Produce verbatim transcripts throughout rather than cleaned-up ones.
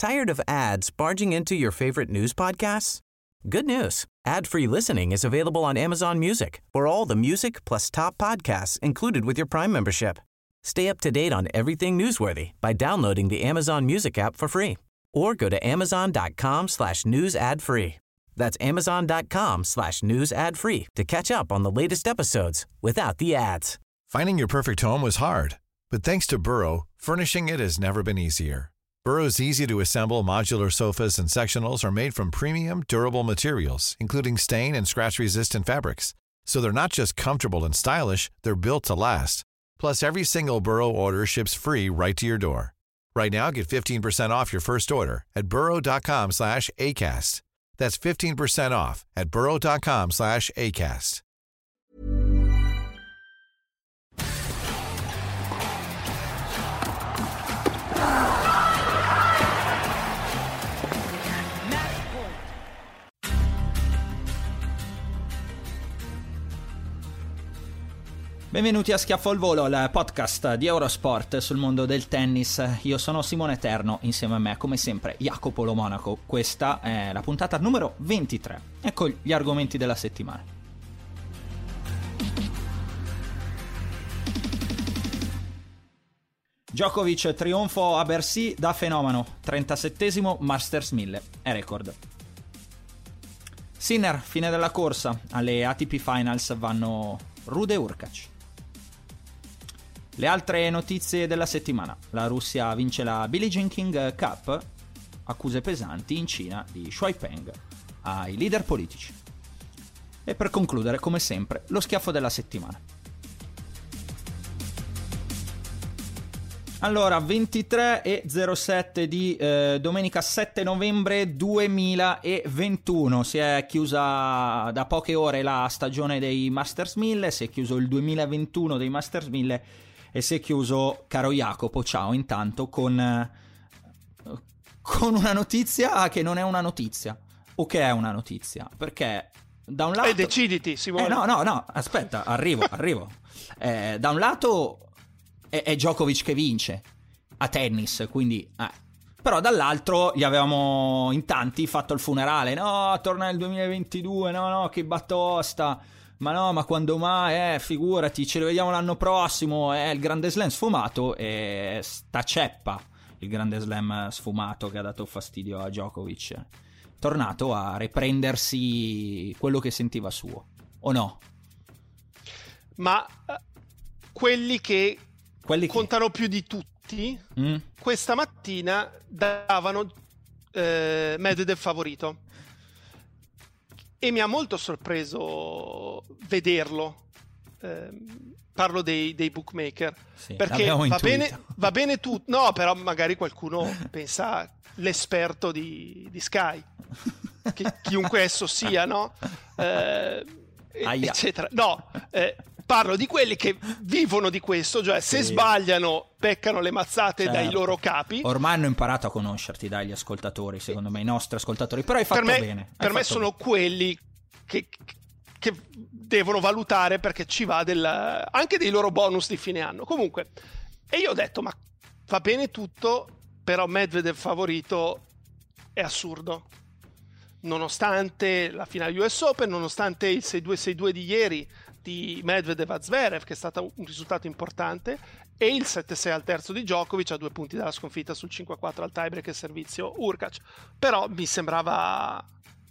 Tired of ads barging into your favorite news podcasts? Good news. Ad-free listening is available on Amazon Music for all the music plus top podcasts included with your Prime membership. Stay up to date on everything newsworthy by downloading the Amazon Music app for free or go to amazon.com slash news ad free. That's amazon.com slash news ad free to catch up on the latest episodes without the ads. Finding your perfect home was hard, but thanks to Burrow, furnishing it has never been easier. Burrow's easy-to-assemble modular sofas and sectionals are made from premium, durable materials, including stain and scratch-resistant fabrics. So they're not just comfortable and stylish, they're built to last. Plus, every single Burrow order ships free right to your door. Right now, get fifteen percent off your first order at burrow.com slash ACAST. That's fifteen percent off at burrow.com slash ACAST. Benvenuti a Schiaffo al Volo, il podcast di Eurosport sul mondo del tennis. Io sono Simone Eterno, insieme a me, come sempre, Jacopo Lo Monaco. Questa è la puntata numero ventitré. Ecco gli argomenti della settimana. Djokovic trionfo a Bercy da fenomeno, trentasettesimo Masters mille, è record. Sinner, fine della corsa, alle A T P Finals vanno Ruud e Hurkacz. Le altre notizie della settimana: la Russia vince la Billie Jean King Cup, accuse pesanti in Cina di Shuai Peng ai leader politici. E per concludere, come sempre, lo schiaffo della settimana. Allora, ventitré e zero sette di eh, domenica sette novembre duemilaventuno. Si è chiusa da poche ore la stagione dei Masters mille, si è chiuso il duemilaventuno dei Masters mille e si è chiuso, caro Jacopo, ciao, intanto, con, eh, con una notizia che non è una notizia. O che è una notizia, perché da un lato... E deciditi, Simone. Eh, no, no, no, aspetta, arrivo, arrivo. Eh, da un lato... è Djokovic che vince a tennis, quindi eh. Però dall'altro gli avevamo in tanti fatto il funerale. No, torna nel duemilaventidue, no, no, che batosta. Ma no, ma quando mai? Eh, figurati, ce lo vediamo l'anno prossimo. È il grande slam sfumato e sta ceppa, il grande slam sfumato che ha dato fastidio a Djokovic. Tornato a riprendersi quello che sentiva suo, o no? Ma uh, quelli che Quelli che... contano più di tutti, mm. questa mattina davano eh, Medvedev favorito e mi ha molto sorpreso vederlo. Eh, parlo dei, dei bookmaker, sì, perché va bene, va bene tutto, no, però magari qualcuno pensa l'esperto di, di Sky, che, chiunque esso sia, no? Eh, eccetera. No, eh, parlo di quelli che vivono di questo, cioè se sì. sbagliano peccano le mazzate certo. dai loro capi. Ormai hanno imparato a conoscerti dagli ascoltatori, secondo me, i nostri ascoltatori, però hai fatto per me, bene. Hai per fatto me sono bene. quelli che, che devono valutare, perché ci va del, anche dei loro bonus di fine anno. Comunque, e io ho detto, ma va bene tutto, però Medvedev favorito è assurdo. Nonostante la finale U S Open, nonostante il sei due sei due di ieri di Medvedev a Zverev, che è stato un risultato importante, e il sette sei al terzo di Djokovic a due punti dalla sconfitta sul cinque a quattro al tiebreak e servizio Hurkacz. Però mi sembrava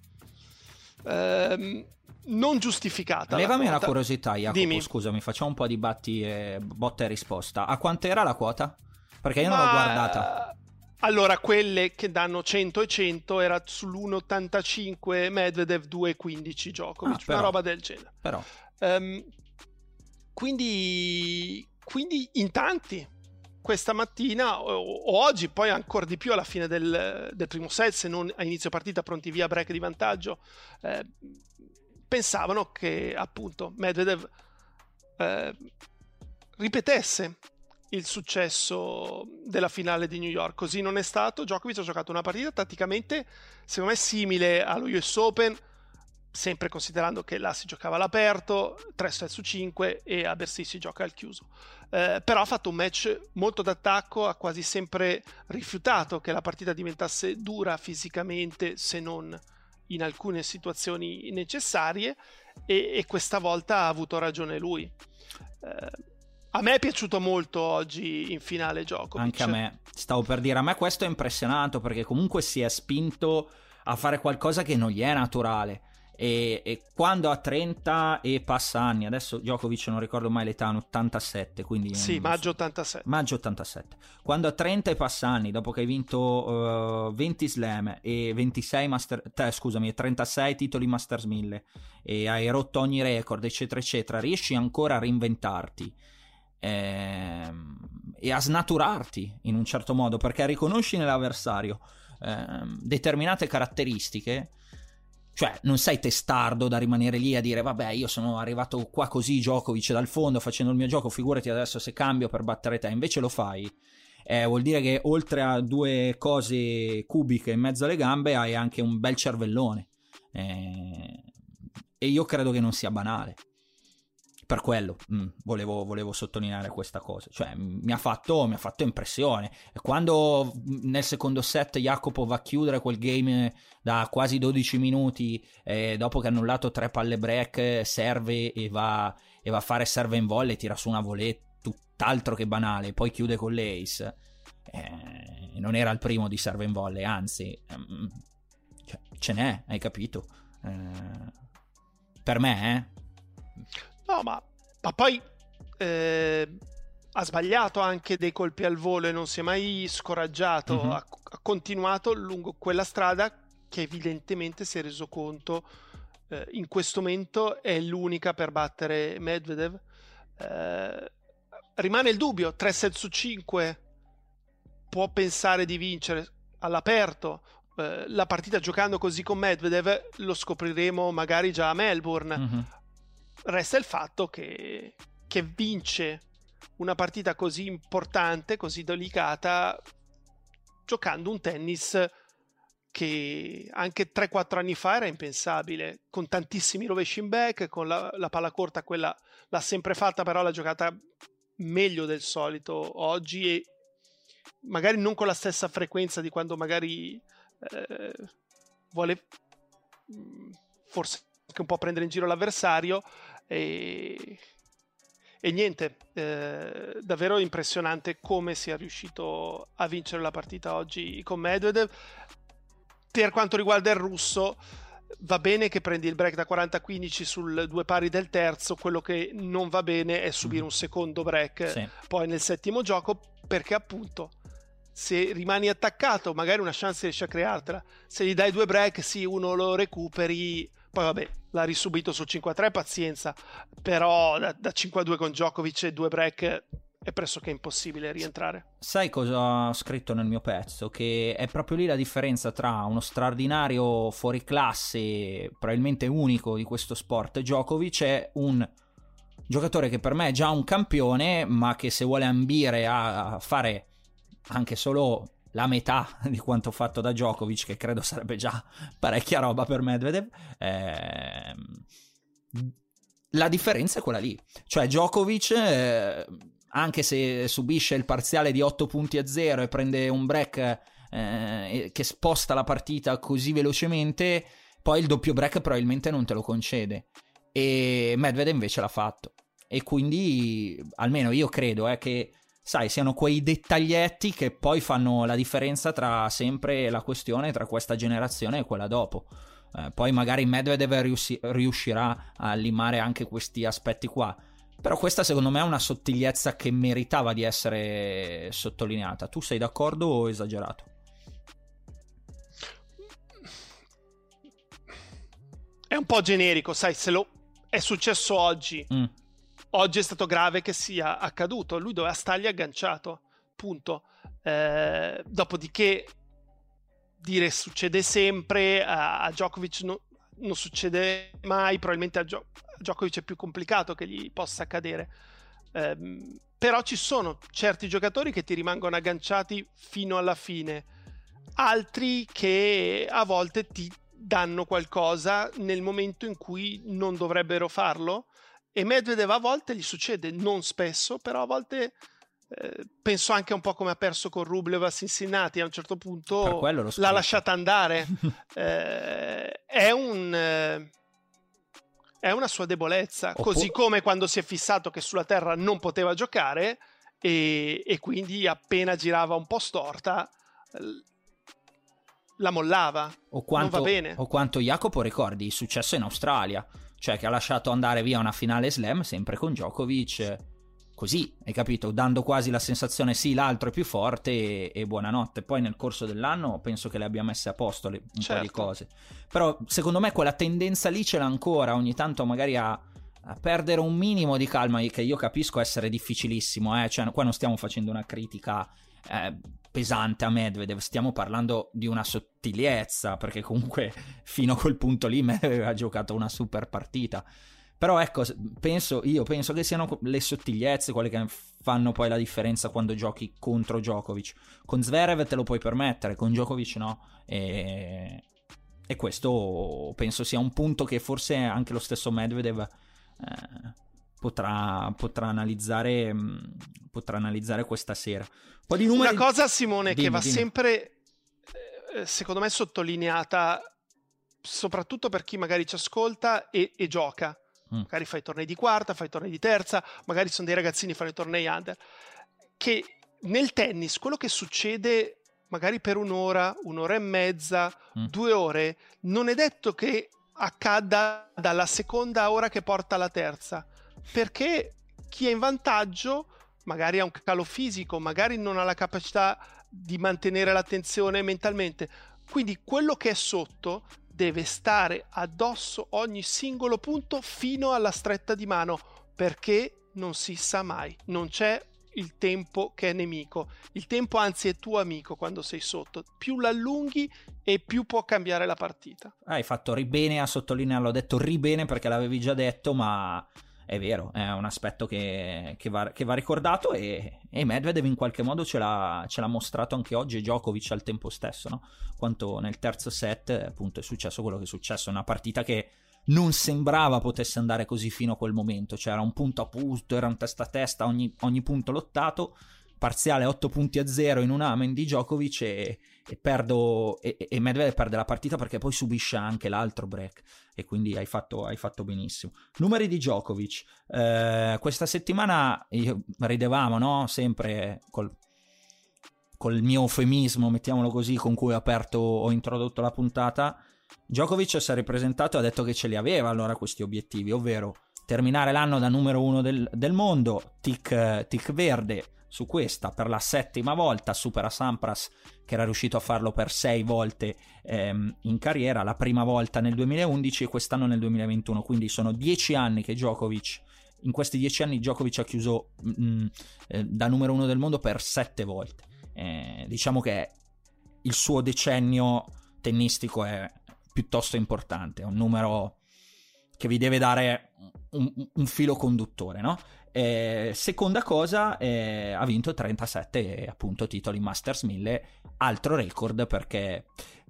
ehm, non giustificata. Levami la, la curiosità, Jacopo. Dimmi. Scusami, facciamo un po' di batti e botta e risposta. A quanto era la quota? Perché io non Ma... l'ho guardata. Allora, quelle che danno cento e cento era sull'uno virgola ottantacinque Medvedev, due virgola quindici Djokovic, ah, però, una roba del genere. Però. Um, quindi, quindi in tanti questa mattina o, o oggi, poi ancora di più alla fine del, del primo set, se non a inizio partita pronti via break di vantaggio, eh, pensavano che appunto Medvedev eh, ripetesse il successo della finale di New York. Così non è stato. Djokovic ha giocato una partita tatticamente secondo me simile allo U S Open, sempre considerando che là si giocava all'aperto, tre set su cinque, e a Bercy si gioca al chiuso. Eh, però ha fatto un match molto d'attacco, ha quasi sempre rifiutato che la partita diventasse dura fisicamente, se non in alcune situazioni necessarie, e, e questa volta ha avuto ragione lui. Eh, a me è piaciuto molto oggi in finale Djokovic. Anche a me, stavo per dire, a me questo è impressionato, perché comunque si è spinto a fare qualcosa che non gli è naturale. E, e quando ha trenta e passa anni, adesso Djokovic non ricordo mai l'età, ottantasette, quindi sì, maggio ottantasette. Maggio ottantasette. Quando ha trenta e passa anni, dopo che hai vinto uh, venti slam e ventisei master, te, scusami, e trentasei titoli Masters mille, e hai rotto ogni record, eccetera eccetera, riesci ancora a reinventarti ehm, e a snaturarti in un certo modo, perché riconosci nell'avversario ehm, determinate caratteristiche. Cioè, non sei testardo da rimanere lì a dire vabbè, io sono arrivato qua così, Djokovic, dal fondo, facendo il mio gioco, figurati adesso se cambio per battere te. Invece lo fai. Eh, vuol dire che oltre a due cose cubiche in mezzo alle gambe hai anche un bel cervellone. Eh, e io credo che non sia banale. Per quello mh, volevo, volevo sottolineare questa cosa. Cioè, mi ha fatto, mi ha fatto impressione. E quando nel secondo set Jacopo va a chiudere quel game da quasi dodici minuti, eh, dopo che ha annullato tre palle break, serve e va, e va a fare serve in volley, tira su una volée tutt'altro che banale, poi chiude con l'ace. Eh, non era il primo di serve in volley, anzi, ehm, cioè, ce n'è, hai capito? Eh, per me, eh. No, ma, ma poi eh, ha sbagliato anche dei colpi al volo e non si è mai scoraggiato. Mm-hmm. Ha, ha continuato lungo quella strada che evidentemente si è reso conto eh, in questo momento è l'unica per battere Medvedev. Eh, rimane il dubbio, tre set su cinque può pensare di vincere all'aperto. Eh, la partita giocando così con Medvedev lo scopriremo magari già a Melbourne. Mm-hmm. Resta il fatto che, che vince una partita così importante, così delicata, giocando un tennis che anche tre quattro anni fa era impensabile, con tantissimi rovesci in back, con la, la palla corta, quella l'ha sempre fatta, però l'ha giocata meglio del solito oggi, e magari non con la stessa frequenza di quando magari eh, vuole forse anche un po' prendere in giro l'avversario. E, e niente, eh, davvero impressionante come sia riuscito a vincere la partita oggi con Medvedev. Per quanto riguarda il russo, va bene che prendi il break da quaranta a quindici sul due pari del terzo, quello che non va bene è subire un secondo break sì. poi nel settimo gioco, perché appunto se rimani attaccato magari una chance riesci a creartela, se gli dai due break sì, uno lo recuperi, poi vabbè, l'ha risubito sul cinque a tre, pazienza, però da, da cinque a due con Djokovic e due break è pressoché impossibile rientrare. Sai cosa ho scritto nel mio pezzo? Che è proprio lì la differenza tra uno straordinario fuoriclasse, probabilmente unico di questo sport, Djokovic, è un giocatore che per me è già un campione, ma che se vuole ambire a fare anche solo la metà di quanto fatto da Djokovic, che credo sarebbe già parecchia roba per Medvedev, eh, la differenza è quella lì. Cioè Djokovic, eh, anche se subisce il parziale di otto punti a zero e prende un break eh, che sposta la partita così velocemente, poi il doppio break probabilmente non te lo concede, e Medvedev invece l'ha fatto. E quindi almeno io credo eh, che sai, siano quei dettaglietti che poi fanno la differenza tra sempre la questione tra questa generazione e quella dopo. Eh, poi magari Medvedev riussi- riuscirà a limare anche questi aspetti qua, però questa secondo me è una sottigliezza che meritava di essere sottolineata. Tu sei d'accordo o esagerato? È un po' generico, sai, se lo è successo oggi mm. Oggi è stato grave che sia accaduto, lui doveva stargli agganciato, punto. Eh, dopodiché dire succede sempre, a, a Djokovic no, non succede mai, probabilmente a, Gio- a Djokovic è più complicato che gli possa accadere. Eh, però ci sono certi giocatori che ti rimangono agganciati fino alla fine, altri che a volte ti danno qualcosa nel momento in cui non dovrebbero farlo, e Medvedev a volte gli succede, non spesso, però a volte eh, penso anche un po' come ha perso con Rublev a Cincinnati, a un certo punto l'ha lasciata andare. eh, è un eh, è una sua debolezza, Oppo- così come quando si è fissato che sulla terra non poteva giocare e, e quindi appena girava un po' storta la mollava. O quanto, non va bene. O quanto Jacopo ricordi il successo in Australia, cioè che ha lasciato andare via una finale slam sempre con Djokovic, così, hai capito, dando quasi la sensazione sì, l'altro è più forte e, e buonanotte. Poi nel corso dell'anno penso che le abbia messe a posto le, un certo. po' di cose, però secondo me quella tendenza lì ce l'ha ancora ogni tanto, magari a, a perdere un minimo di calma, che io capisco essere difficilissimo, eh? Cioè qua non stiamo facendo una critica eh, pesante a Medvedev, stiamo parlando di una sottigliezza, perché comunque fino a quel punto lì Medvedev ha giocato una super partita. Però ecco, penso, io penso che siano le sottigliezze quelle che fanno poi la differenza quando giochi contro Djokovic. Con Zverev te lo puoi permettere, con Djokovic no. E, e questo penso sia un punto che forse anche lo stesso Medvedev eh, potrà, potrà analizzare potrà analizzare questa sera. Un po' di numeri... Una cosa, Simone, dimmi, che va dimmi. sempre, eh, secondo me, sottolineata, soprattutto per chi magari ci ascolta e, e gioca. Mm. Magari fai tornei di quarta, fai tornei di terza, magari sono dei ragazzini che fanno i tornei under, che nel tennis quello che succede magari per un'ora, un'ora e mezza, mm. due ore, non è detto che accada dalla seconda ora che porta alla terza, perché chi è in vantaggio magari ha un calo fisico, magari non ha la capacità di mantenere l'attenzione mentalmente, quindi quello che è sotto deve stare addosso ogni singolo punto fino alla stretta di mano, perché non si sa mai, non c'è il tempo che è nemico, il tempo anzi è tuo amico quando sei sotto, più l'allunghi e più può cambiare la partita. Hai fatto ribene a sottolinearlo, ho detto ribene perché l'avevi già detto, ma è vero, è un aspetto che, che, va, che va ricordato, e, e Medvedev in qualche modo ce l'ha, ce l'ha mostrato anche oggi, e Djokovic al tempo stesso, no? Quanto nel terzo set appunto è successo quello che è successo, una partita che non sembrava potesse andare così fino a quel momento, c'era cioè un punto a punto, era un testa a testa, ogni, ogni punto lottato, parziale otto punti a zero in un amen di Djokovic, e, e, perdo, e, e Medvedev perde la partita perché poi subisce anche l'altro break, e quindi hai fatto, hai fatto benissimo. Numeri di Djokovic, eh, questa settimana io, ridevamo, no? Sempre col, col mio eufemismo, mettiamolo così, con cui ho aperto, ho introdotto la puntata. Djokovic si è ripresentato e ha detto che ce li aveva allora questi obiettivi, ovvero terminare l'anno da numero uno del, del mondo, tic, tic verde su questa per la settima volta, supera Sampras che era riuscito a farlo per sei volte ehm, in carriera, la prima volta nel duemilaundici e quest'anno nel duemilaventuno, quindi sono dieci anni che Djokovic, in questi dieci anni Djokovic ha chiuso mh, eh, da numero uno del mondo per sette volte, eh, diciamo che il suo decennio tennistico è piuttosto importante, è un numero che vi deve dare un, un filo conduttore, no? Eh, seconda cosa, eh, ha vinto trentasette appunto titoli Masters mille, altro record perché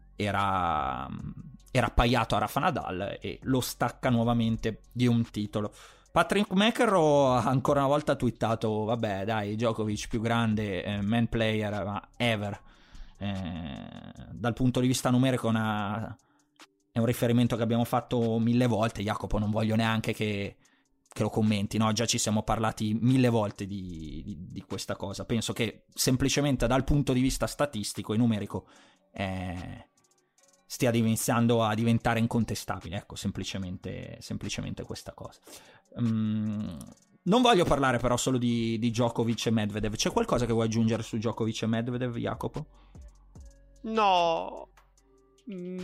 era, era appaiato a Rafa Nadal e lo stacca nuovamente di un titolo. Patrick McEnroe ancora una volta ha twittato: vabbè dai, Djokovic più grande eh, man player ma ever, eh, dal punto di vista numerico una, è un riferimento che abbiamo fatto mille volte. Jacopo, non voglio neanche che che lo commenti, no? Già ci siamo parlati mille volte di, di, di questa cosa. Penso che semplicemente dal punto di vista statistico e numerico eh, stia iniziando a diventare incontestabile, ecco, semplicemente, semplicemente questa cosa. Um, non voglio parlare però solo di, di Djokovic e Medvedev. C'è qualcosa che vuoi aggiungere su Djokovic e Medvedev, Jacopo? No. Mm.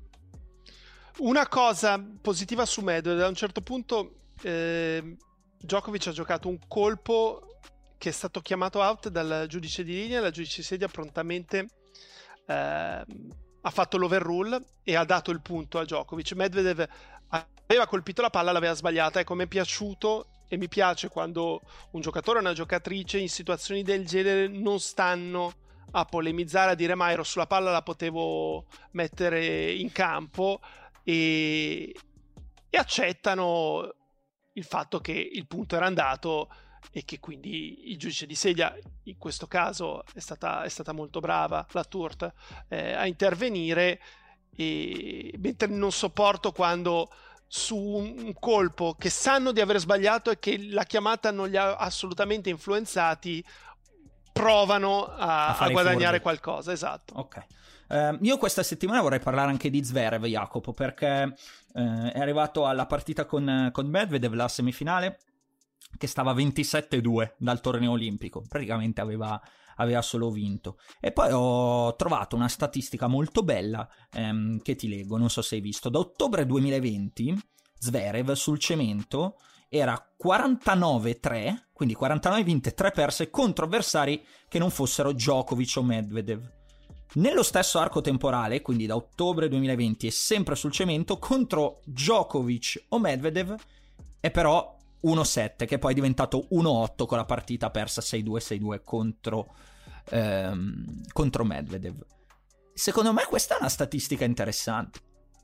Una cosa positiva su Medvedev, a un certo punto Eh, Djokovic ha giocato un colpo che è stato chiamato out dal giudice di linea, la giudice di sedia prontamente eh, ha fatto l'overrule e ha dato il punto a Djokovic. Medvedev aveva colpito la palla, l'aveva sbagliata. Ecco, mi è piaciuto e mi piace quando un giocatore o una giocatrice in situazioni del genere non stanno a polemizzare, a dire ma ero sulla palla, la potevo mettere in campo, e, e accettano il fatto che il punto era andato e che quindi il giudice di sedia, in questo caso è stata, è stata molto brava la Tourt eh, a intervenire, e mentre non sopporto quando su un colpo che sanno di aver sbagliato e che la chiamata non li ha assolutamente influenzati, provano a, a, a guadagnare qualcosa. Esatto. Ok. Uh, io questa settimana vorrei parlare anche di Zverev, Jacopo, perché uh, è arrivato alla partita con, con Medvedev, la semifinale, che stava ventisette due dal torneo olimpico, praticamente aveva, aveva solo vinto. E poi ho trovato una statistica molto bella ehm, che ti leggo, non so se hai visto. Da ottobre duemilaventi Zverev sul cemento era quarantanove tre, quindi quarantanove vinte, tre perse contro avversari che non fossero Djokovic o Medvedev. Nello stesso arco temporale, quindi da ottobre duemilaventi e sempre sul cemento, contro Djokovic o Medvedev è però uno sette, che poi è diventato uno otto con la partita persa sei due sei due contro, ehm, contro Medvedev. Secondo me questa è una statistica interessante,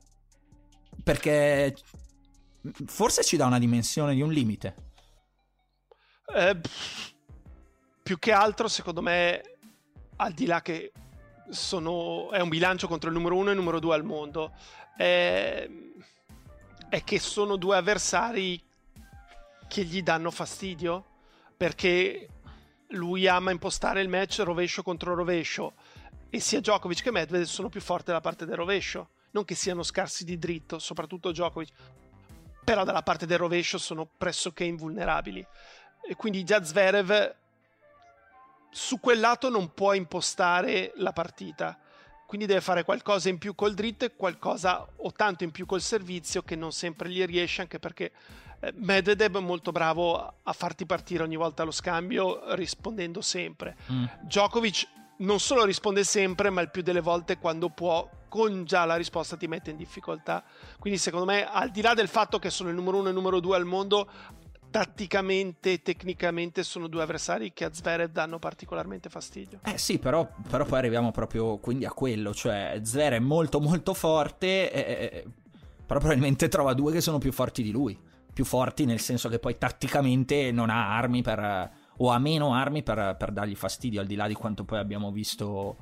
perché forse ci dà una dimensione di un limite. Eh, più che altro, secondo me, al di là che sono, è un bilancio contro il numero uno e il numero due al mondo, è, è che sono due avversari che gli danno fastidio, perché lui ama impostare il match rovescio contro rovescio, e sia Djokovic che Medvedev sono più forti dalla parte del rovescio, non che siano scarsi di dritto, soprattutto Djokovic, però dalla parte del rovescio sono pressoché invulnerabili, e quindi già Zverev su quel lato non può impostare la partita, quindi deve fare qualcosa in più col dritto e qualcosa o tanto in più col servizio, che non sempre gli riesce, anche perché Medvedev è molto bravo a farti partire ogni volta lo scambio rispondendo sempre. mm. Djokovic non solo risponde sempre, ma il più delle volte quando può, con già la risposta, ti mette in difficoltà. Quindi secondo me, al di là del fatto che sono il numero uno e il numero due al mondo, tatticamente e tecnicamente sono due avversari che a Zverev danno particolarmente fastidio. Eh sì, però, però poi arriviamo proprio quindi a quello, cioè Zverev è molto molto forte, eh, però probabilmente trova due che sono più forti di lui, più forti nel senso che poi tatticamente non ha armi per, o ha meno armi per, per dargli fastidio, al di là di quanto poi abbiamo visto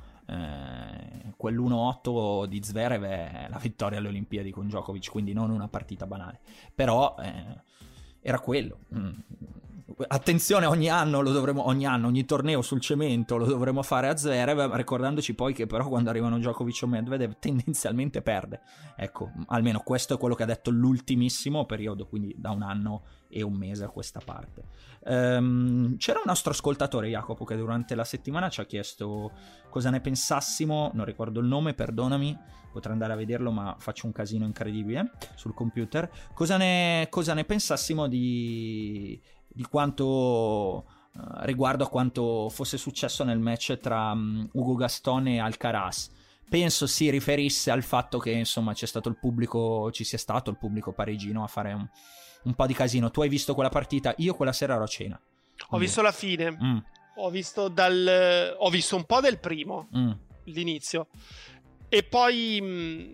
eh, quell'uno otto di Zverev è la vittoria alle Olimpiadi con Djokovic, quindi non una partita banale, però eh, era quello. Mm. Attenzione, ogni anno lo dovremo, ogni anno, ogni torneo sul cemento lo dovremo fare a Zverev, ricordandoci poi che però quando arrivano Djokovic o Medvedev tendenzialmente perde. Ecco, almeno questo è quello che ha detto l'ultimissimo periodo, quindi da un anno e un mese a questa parte. Um, c'era un nostro ascoltatore, Jacopo, che durante la settimana ci ha chiesto cosa ne pensassimo, non ricordo il nome, perdonami, potrei andare a vederlo ma faccio un casino incredibile sul computer, cosa ne, cosa ne pensassimo di... di quanto uh, riguardo a quanto fosse successo nel match tra um, Ugo Gaston e Alcaraz. Penso si riferisse al fatto che insomma c'è stato il pubblico, ci sia stato il pubblico parigino a fare un, un po' di casino. Tu hai visto quella partita? Io quella sera ero a cena. Ho quindi... visto la fine. Mm. Ho visto dal ho visto un po' del primo, mm. l'inizio, e poi mh,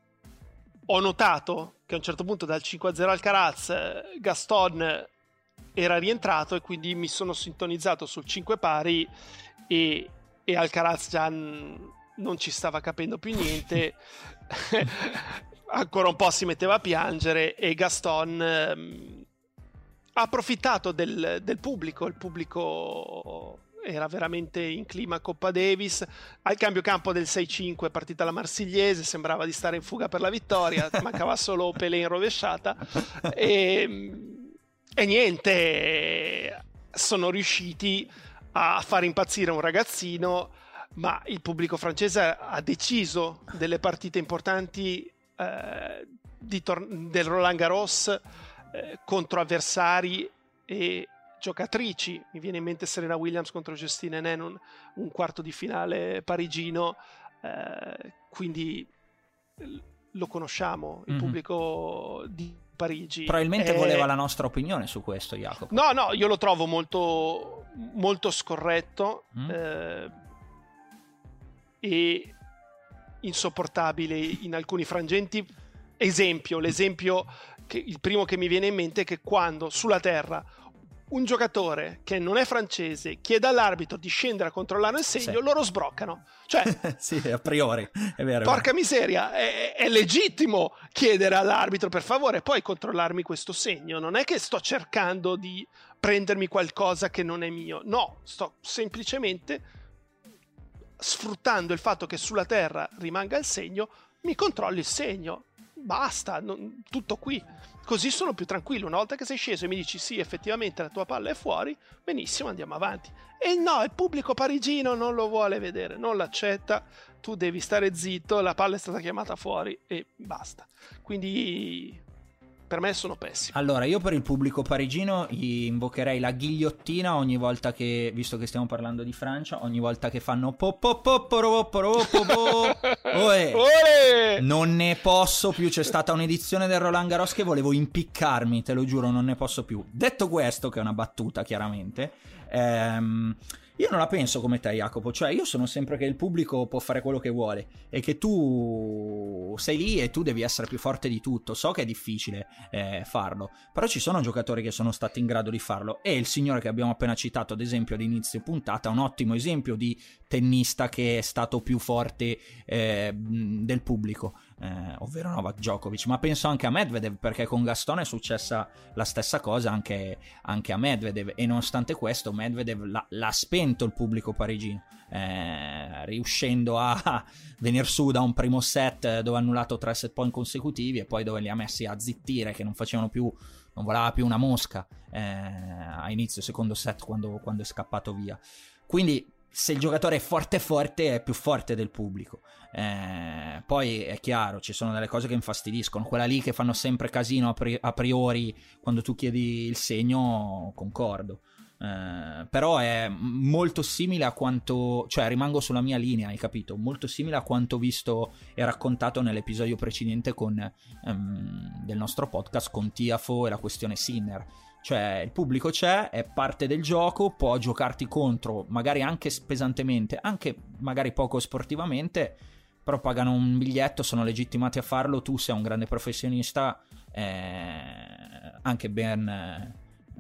ho notato che a un certo punto dal cinque a zero Alcaraz Gaston era rientrato, e quindi mi sono sintonizzato sul cinque pari, e, e Alcaraz già n- non ci stava capendo più niente. Ancora un po' si metteva a piangere, e Gaston ehm, ha approfittato del, del pubblico. Il pubblico era veramente in clima Coppa Davis. Al cambio campo del sei cinque è partita la Marsigliese, sembrava di stare in fuga per la vittoria, mancava solo Pelé in rovesciata, e E niente, sono riusciti a fare impazzire un ragazzino, ma il pubblico francese ha deciso delle partite importanti eh, di tor- del Roland Garros eh, contro avversari e giocatrici. Mi viene in mente Serena Williams contro Justine Henin, un, un quarto di finale parigino, eh, quindi lo conosciamo, il mm-hmm. pubblico di Parigi. Probabilmente è... voleva la nostra opinione su questo, Jacopo. No, no, io lo trovo molto, molto scorretto. Mm. Eh, e insopportabile in alcuni frangenti. Esempio, l'esempio che, il primo che mi viene in mente è che quando sulla terra un giocatore che non è francese chiede all'arbitro di scendere a controllare il segno, sì, loro sbroccano. Cioè, sì, a priori, è vero. Porca è vero. miseria, è, è legittimo chiedere all'arbitro per favore puoi controllarmi questo segno. Non è che sto cercando di prendermi qualcosa che non è mio. No, sto semplicemente sfruttando il fatto che sulla terra rimanga il segno, mi controlli il segno. Basta, non, tutto qui. Così sono più tranquillo. Una volta che sei sceso e mi dici sì, effettivamente la tua palla è fuori, benissimo, andiamo avanti. E no, il pubblico parigino non lo vuole vedere, non l'accetta, tu devi stare zitto, la palla è stata chiamata fuori e basta. Quindi per me sono pessimi. Allora, io per il pubblico parigino gli invocherei la ghigliottina ogni volta che, visto che stiamo parlando di Francia, ogni volta che fanno po po po po po po po Oe. Non ne posso più. C'è stata un'edizione del Roland Garros che volevo impiccarmi, te lo giuro, non ne posso più. Detto questo, che è una battuta chiaramente, ehm, io non la penso come te, Jacopo. Cioè, io sono sempre che il pubblico può fare quello che vuole e che tu sei lì e tu devi essere più forte di tutto. So che è difficile eh, farlo, però ci sono giocatori che sono stati in grado di farlo, e il signore che abbiamo appena citato ad esempio ad inizio puntata è un ottimo esempio di tennista che è stato più forte eh, del pubblico, eh, ovvero Novak Djokovic. Ma penso anche a Medvedev, perché con Gaston è successa la stessa cosa anche, anche a Medvedev, e nonostante questo Medvedev l'ha, l'ha spento il pubblico parigino, eh, riuscendo a venire su da un primo set dove ha annullato tre set point consecutivi e poi dove li ha messi a zittire, che non facevano più, non volava più una mosca eh, a inizio secondo set quando, quando è scappato via. Quindi se il giocatore è forte forte è più forte del pubblico. Eh, poi è chiaro, ci sono delle cose che infastidiscono, quella lì che fanno sempre casino a, pri- a priori quando tu chiedi il segno, concordo. Eh, però è molto simile a quanto, cioè rimango sulla mia linea, hai capito? Molto simile a quanto visto e raccontato nell'episodio precedente con, ehm, del nostro podcast con Tiafo e la questione Sinner. Cioè il pubblico c'è, è parte del gioco, può giocarti contro, magari anche pesantemente, anche magari poco sportivamente, però pagano un biglietto, sono legittimati a farlo. Tu sei un grande professionista, eh, anche ben, eh,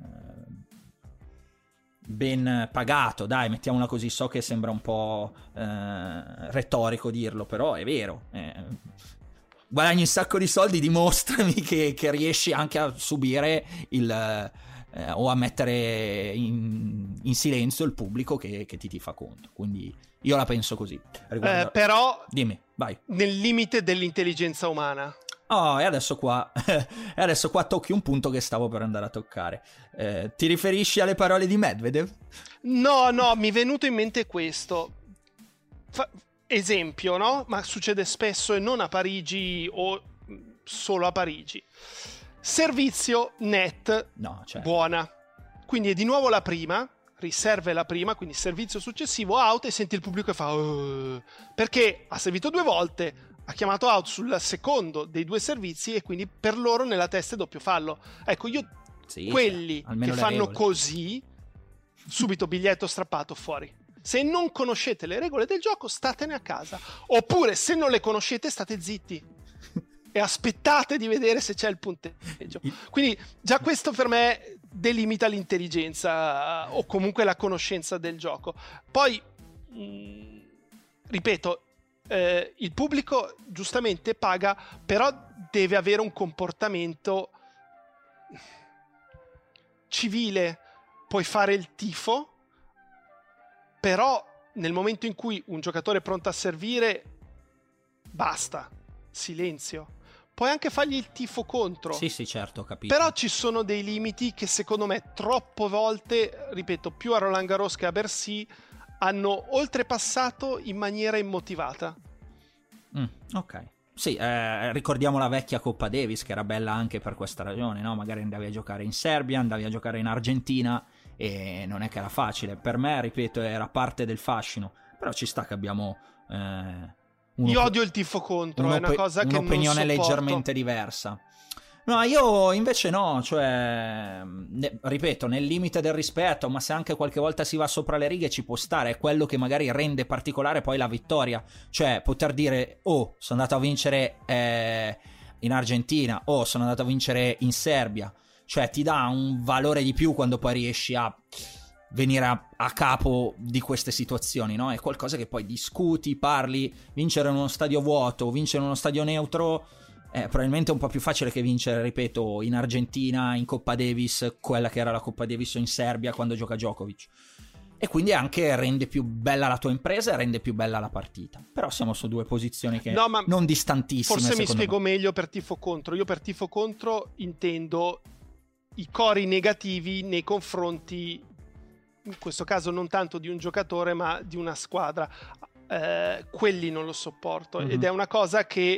ben pagato, dai, mettiamola così. So che sembra un po' eh, retorico dirlo, però è vero. Eh, guadagni un sacco di soldi, dimostrami che, che riesci anche a subire il eh, o a mettere in, in silenzio il pubblico che, che ti tifa contro. Quindi io la penso così. Riguardo... Eh, però dimmi, vai. Nel limite dell'intelligenza umana. Oh, e adesso qua e adesso qua tocchi un punto che stavo per andare a toccare. Eh, ti riferisci alle parole di Medvedev? No, no, mi è venuto in mente questo. Fa... Esempio, no? Ma succede spesso e non a Parigi o solo a Parigi. Servizio net, no, certo. Buona. Quindi è di nuovo la prima, riserve la prima, quindi servizio successivo, out, e senti il pubblico che fa uh, perché ha servito due volte, ha chiamato out sul secondo dei due servizi e quindi per loro nella testa è doppio fallo. Ecco, io sì, quelli che fanno regole. Così, subito biglietto strappato fuori. Se non conoscete le regole del gioco, statene a casa. Oppure, se non le conoscete, state zitti e aspettate di vedere se c'è il punteggio. Quindi già questo per me delimita l'intelligenza o comunque la conoscenza del gioco. Poi, mh, ripeto, eh, il pubblico giustamente paga, però deve avere un comportamento civile. Puoi fare il tifo, però nel momento in cui un giocatore è pronto a servire, basta, silenzio. Puoi anche fargli il tifo contro. Sì, sì, certo, ho capito. Però ci sono dei limiti che secondo me troppe volte, ripeto, più a Roland Garros che a Bercy, hanno oltrepassato in maniera immotivata. Mm, ok. Sì, eh, ricordiamo la vecchia Coppa Davis, che era bella anche per questa ragione, no? Magari andavi a giocare in Serbia, andavi a giocare in Argentina, e non è che era facile. Per me, ripeto, era parte del fascino. Però ci sta che abbiamo eh, io odio il tifo contro, è una cosa che non un'opinione sopporto. Leggermente diversa. No, io invece no, cioè, ne, ripeto, nel limite del rispetto, ma se anche qualche volta si va sopra le righe ci può stare, è quello che magari rende particolare poi la vittoria, cioè poter dire, oh, sono andato a vincere eh, in Argentina, oh, sono andato a vincere in Serbia, cioè ti dà un valore di più quando poi riesci a venire a, a capo di queste situazioni, no? È qualcosa che poi discuti, parli, vincere in uno stadio vuoto, vincere in uno stadio neutro... è probabilmente un po' più facile che vincere, ripeto, in Argentina, in Coppa Davis, quella che era la Coppa Davis, o in Serbia quando gioca Djokovic. E quindi anche rende più bella la tua impresa e rende più bella la partita. Però siamo su due posizioni che no, ma non distantissime. Forse mi spiego me. meglio per tifo contro. Io per tifo contro intendo i cori negativi nei confronti, in questo caso non tanto di un giocatore, ma di una squadra. Eh, quelli non lo sopporto. Mm-hmm. Ed è una cosa che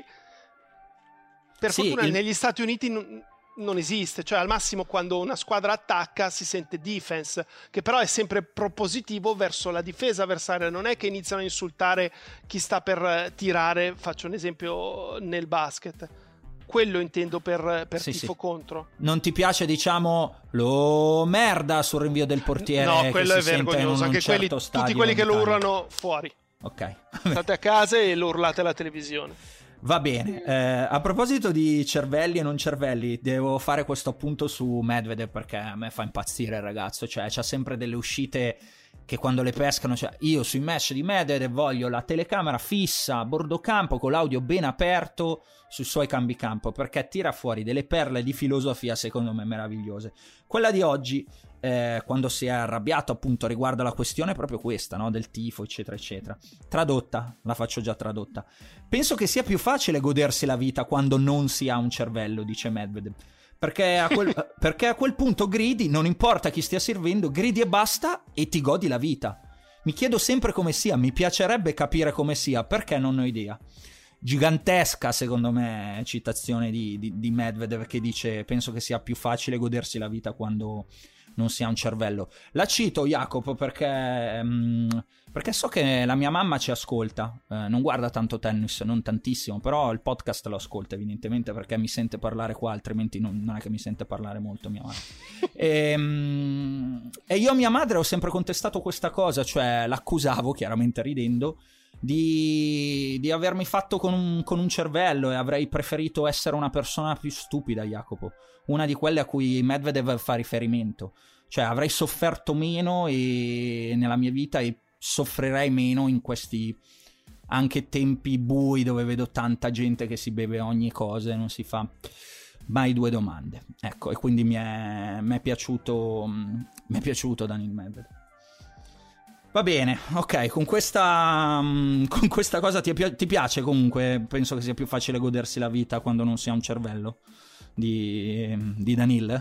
per sì, fortuna il... negli Stati Uniti non, non esiste, cioè al massimo quando una squadra attacca si sente defense, che però è sempre propositivo verso la difesa avversaria, non è che iniziano a insultare chi sta per tirare, faccio un esempio nel basket. Quello intendo per, per sì, tifo sì. contro. Non ti piace, diciamo, lo merda sul rinvio del portiere? No, quello che è si vergognoso, anche certo quelli, tutti quelli che lo urlano fuori. Ok. State a casa e lo urlate alla televisione. Va bene, eh, a proposito di cervelli e non cervelli, devo fare questo appunto su Medvedev perché a me fa impazzire il ragazzo, cioè c'ha sempre delle uscite che quando le pescano, cioè io sui match di Medvedev voglio la telecamera fissa a bordo campo con l'audio ben aperto sui suoi cambi campo, perché tira fuori delle perle di filosofia secondo me meravigliose. Quella di oggi, eh, quando si è arrabbiato appunto riguardo alla questione è proprio questa, no? Del tifo eccetera eccetera. Tradotta, la faccio già tradotta. Penso che sia più facile godersi la vita quando non si ha un cervello, dice Medvedev. Perché a, quel, perché a quel punto gridi, non importa chi stia servendo, gridi e basta e ti godi la vita. Mi chiedo sempre come sia, mi piacerebbe capire come sia, perché non ho idea. Gigantesca secondo me citazione di, di, di Medvedev che dice penso che sia più facile godersi la vita quando non si ha un cervello. La cito, Jacopo, perché, mh, perché so che la mia mamma ci ascolta, eh, non guarda tanto tennis, non tantissimo, però il podcast lo ascolta evidentemente perché mi sente parlare qua, altrimenti non, non è che mi sente parlare molto mia madre. e, mh, e io a mia madre ho sempre contestato questa cosa, cioè l'accusavo, chiaramente ridendo, di, di avermi fatto con un, con un cervello, e avrei preferito essere una persona più stupida, Jacopo, una di quelle a cui Medvedev fa riferimento, cioè avrei sofferto meno e nella mia vita e soffrirei meno in questi anche tempi bui dove vedo tanta gente che si beve ogni cosa e non si fa mai due domande, ecco. E quindi mi è, mi è piaciuto mi è piaciuto Daniil Medvedev. Va bene, ok, con questa, con questa cosa ti, ti piace comunque? Penso che sia più facile godersi la vita quando non si ha un cervello di, di Daniil?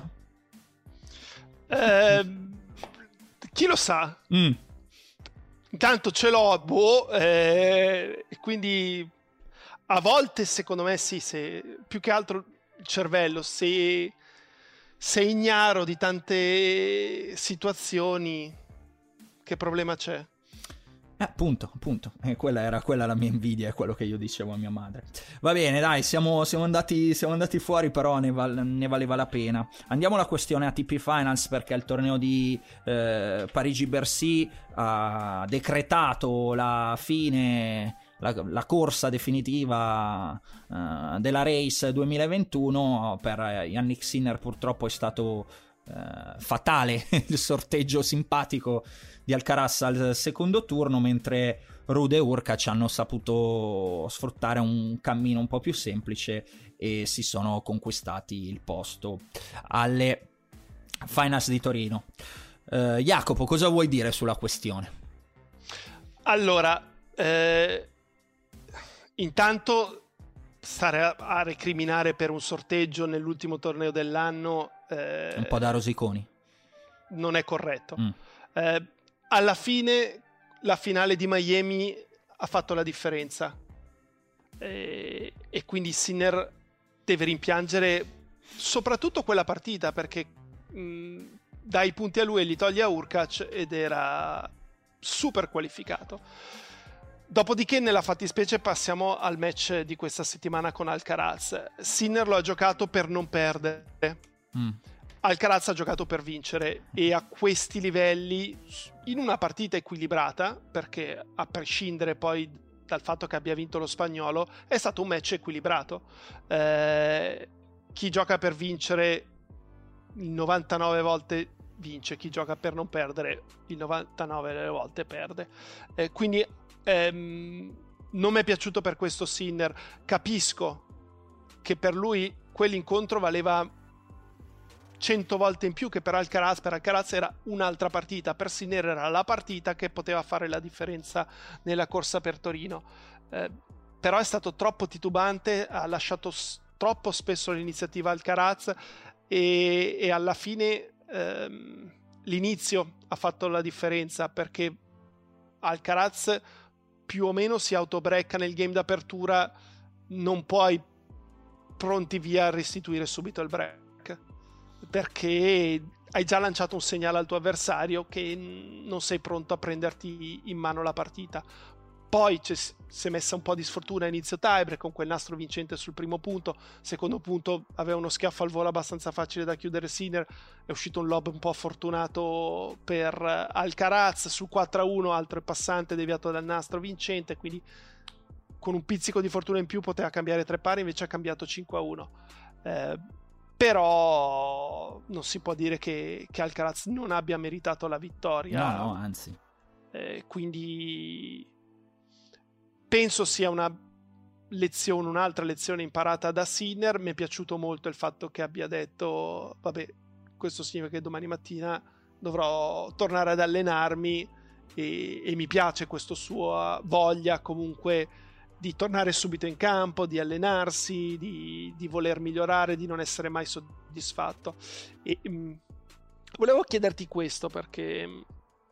Eh, chi lo sa? Mm. Intanto ce l'ho, boh, eh, quindi a volte secondo me sì, se, più che altro il cervello, se sei ignaro di tante situazioni, che problema c'è? Eh, appunto, appunto. Eh, quella era quella la mia invidia, è quello che io dicevo a mia madre. Va bene, dai, siamo, siamo, andati, siamo andati fuori, però ne, val, ne valeva la pena. Andiamo alla questione A T P Finals, perché il torneo di eh, Parigi-Bercy ha decretato la fine, la, la corsa definitiva uh, della Race duemilaventuno. Per Jannik Sinner purtroppo è stato uh, fatale il sorteggio simpatico di Alcaraz al secondo turno, mentre Ruud e Hurkacz hanno saputo sfruttare un cammino un po' più semplice e si sono conquistati il posto alle Finals di Torino. Uh, Jacopo, cosa vuoi dire sulla questione? Allora, eh, intanto stare a, a recriminare per un sorteggio nell'ultimo torneo dell'anno eh, un po' da rosiconi non è corretto. mm. eh, alla fine la finale di Miami ha fatto la differenza e, e quindi Sinner deve rimpiangere soprattutto quella partita, perché mh, dai punti a lui e li toglie a Hurkacz ed era super qualificato. Dopodiché nella fattispecie passiamo al match di questa settimana con Alcaraz. Sinner lo ha giocato per non perdere, mm. Alcaraz ha giocato per vincere, e a questi livelli, in una partita equilibrata, perché a prescindere poi dal fatto che abbia vinto lo spagnolo, è stato un match equilibrato. Eh, chi gioca per vincere il novantanove volte vince, chi gioca per non perdere il novantanove volte perde. Eh, quindi ehm, non mi è piaciuto per questo Sinner. Capisco che per lui quell'incontro valeva cento volte in più che per Alcaraz. Per Alcaraz era un'altra partita, per Sinner era la partita che poteva fare la differenza nella corsa per Torino. Eh, però è stato troppo titubante, ha lasciato s- troppo spesso l'iniziativa Alcaraz, e, e alla fine ehm, l'inizio ha fatto la differenza, perché Alcaraz più o meno si autobrecca nel game d'apertura, non puoi pronti via a restituire subito il break, perché hai già lanciato un segnale al tuo avversario che non sei pronto a prenderti in mano la partita. Poi si è messa un po' di sfortuna a inizio tiebreak con quel nastro vincente sul primo punto. Secondo punto aveva uno schiaffo al volo abbastanza facile da chiudere Sinner, è uscito un lob un po' fortunato per Alcaraz. Sul quattro a uno altro passante deviato dal nastro vincente, quindi con un pizzico di fortuna in più poteva cambiare tre pari, invece ha cambiato cinque a uno. Eh, però non si può dire che, che Alcaraz non abbia meritato la vittoria. No, no, anzi. Eh, quindi penso sia una lezione, un'altra lezione imparata da Sinner. Mi è piaciuto molto il fatto che abbia detto: vabbè, questo significa che domani mattina dovrò tornare ad allenarmi, e, e mi piace questa sua voglia comunque di tornare subito in campo, di allenarsi, di, di voler migliorare, di non essere mai soddisfatto. E mh, volevo chiederti questo perché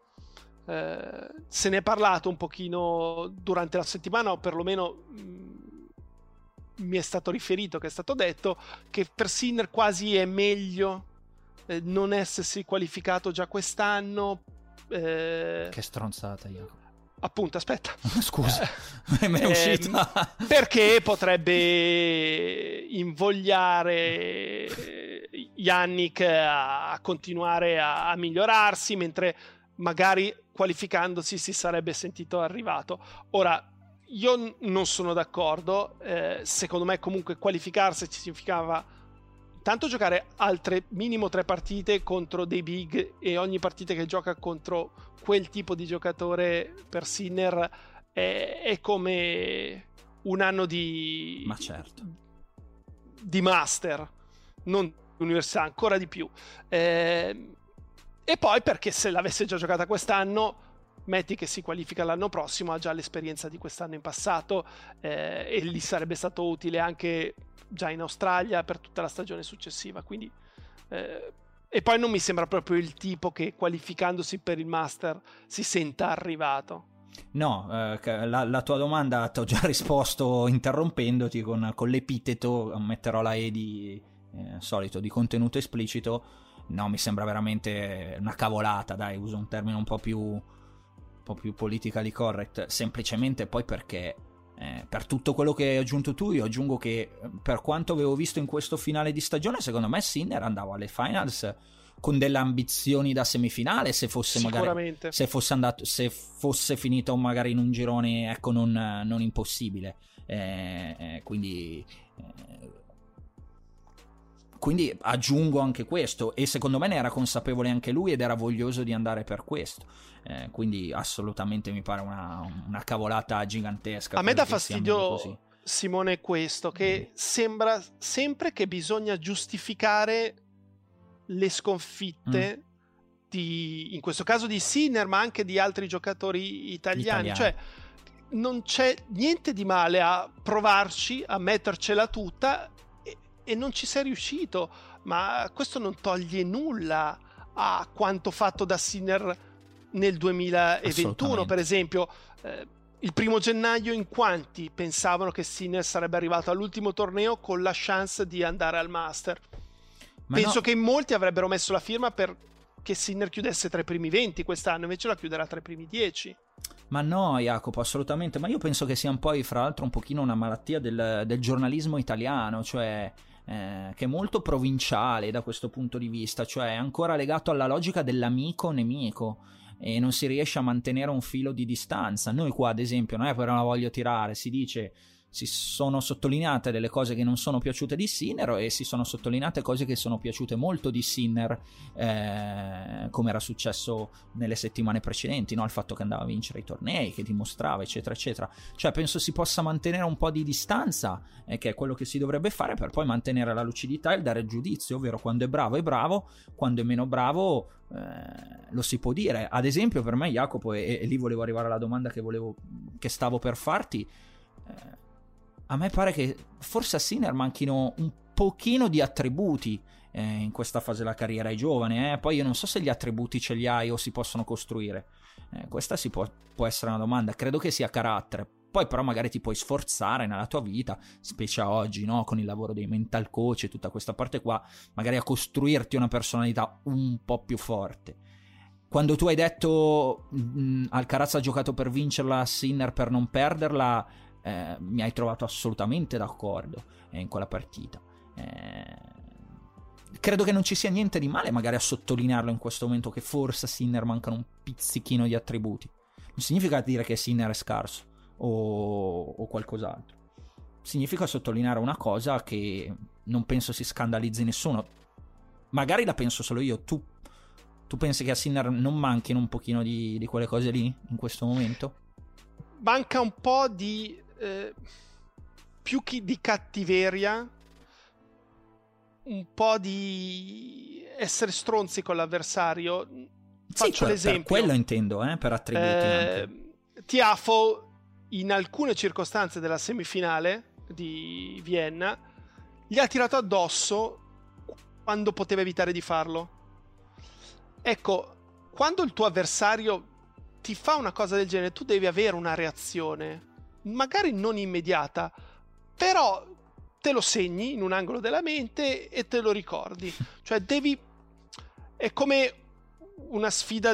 eh, se ne è parlato un pochino durante la settimana, o perlomeno mh, mi è stato riferito, che è stato detto che per Sinner quasi è meglio eh, non essersi qualificato già quest'anno. Eh, che stronzata, Jacopo. Appunto, aspetta. Scusa, eh, mi è uscita. Ehm, perché potrebbe invogliare Jannik a continuare a, a migliorarsi, mentre magari qualificandosi si sarebbe sentito arrivato. Ora, io n- non sono d'accordo. Eh, secondo me comunque qualificarsi significava tanto giocare altre minimo tre partite contro dei big, e ogni partita che gioca contro quel tipo di giocatore per Sinner è, è come un anno di ma certo di master, non università, ancora di più. Eh, e poi perché se l'avesse già giocata quest'anno, metti che si qualifica l'anno prossimo, ha già l'esperienza di quest'anno in passato, eh, e gli sarebbe stato utile anche già in Australia per tutta la stagione successiva. Quindi eh, e poi non mi sembra proprio il tipo che qualificandosi per il Master si senta arrivato. No, eh, la, la tua domanda ti ho già risposto interrompendoti con, con l'epiteto, metterò la E di eh, solito di contenuto esplicito. No, mi sembra veramente una cavolata, dai, uso un termine un po' più un po' più politically correct, semplicemente poi perché Eh, per tutto quello che hai aggiunto tu, io aggiungo che per quanto avevo visto in questo finale di stagione, secondo me Sinner andava alle finals con delle ambizioni da semifinale, se fosse magari se fosse andato se fosse finito magari in un girone, ecco, non, non impossibile, eh, eh, quindi eh, quindi aggiungo anche questo, e secondo me ne era consapevole anche lui ed era voglioso di andare per questo. Eh, quindi assolutamente mi pare una, una cavolata gigantesca. A me dà fastidio, Simone, questo, che mm. sembra sempre che bisogna giustificare le sconfitte mm. di, in questo caso di Sinner, ma anche di altri giocatori italiani. italiani. Cioè non c'è niente di male a provarci, a mettercela tutta, e, e non ci sei riuscito, ma questo non toglie nulla a quanto fatto da Sinner nel duemilaventuno, per esempio. Eh, il primo gennaio in quanti pensavano che Sinner sarebbe arrivato all'ultimo torneo con la chance di andare al Master? Ma penso no. che in molti avrebbero messo la firma per che Sinner chiudesse tra i primi venti quest'anno, invece la chiuderà tra i primi dieci. Ma no, Jacopo, assolutamente, ma io penso che sia un poi, fra l'altro, un pochino una malattia del, del giornalismo italiano, cioè eh, che è molto provinciale da questo punto di vista, cioè è ancora legato alla logica dell'amico-nemico e non si riesce a mantenere un filo di distanza. Noi qua, ad esempio, non è per una voglio tirare, si dice... si sono sottolineate delle cose che non sono piaciute di Sinner e si sono sottolineate cose che sono piaciute molto di Sinner, eh, come era successo nelle settimane precedenti, no? Il fatto che andava a vincere i tornei, che dimostrava, eccetera eccetera. Cioè penso si possa mantenere un po' di distanza, eh, che è quello che si dovrebbe fare, per poi mantenere la lucidità e il dare il giudizio, ovvero quando è bravo è bravo, quando è meno bravo eh, lo si può dire. Ad esempio per me, Jacopo, e, e lì volevo arrivare alla domanda che volevo che stavo per farti, eh, a me pare che forse a Sinner manchino un pochino di attributi eh, in questa fase della carriera, è giovane, eh? Poi io non so se gli attributi ce li hai o si possono costruire, eh, questa si può, può essere una domanda, credo che sia carattere, poi però magari ti puoi sforzare nella tua vita, specie oggi, no? Con il lavoro dei mental coach e tutta questa parte qua, magari a costruirti una personalità un po' più forte. Quando tu hai detto mh, Alcaraz ha giocato per vincerla, Sinner per non perderla, Eh, mi hai trovato assolutamente d'accordo eh, in quella partita. Eh, credo che non ci sia niente di male magari a sottolinearlo in questo momento, che forse a Sinner mancano un pizzichino di attributi. Non significa dire che Sinner è scarso o, o qualcos'altro, significa sottolineare una cosa che non penso si scandalizzi nessuno. Magari la penso solo io. Tu, tu pensi che a Sinner non manchino un pochino di, di quelle cose lì in questo momento? Manca un po' di eh, più che di cattiveria, un po' di essere stronzi con l'avversario. Faccio sì, l'esempio. Per quello intendo, eh, per attributi. Eh, anche. Tiafoe in alcune circostanze della semifinale di Vienna gli ha tirato addosso quando poteva evitare di farlo. Ecco, quando il tuo avversario ti fa una cosa del genere, tu devi avere una reazione, magari non immediata, però te lo segni in un angolo della mente e te lo ricordi. Cioè devi... è come una sfida,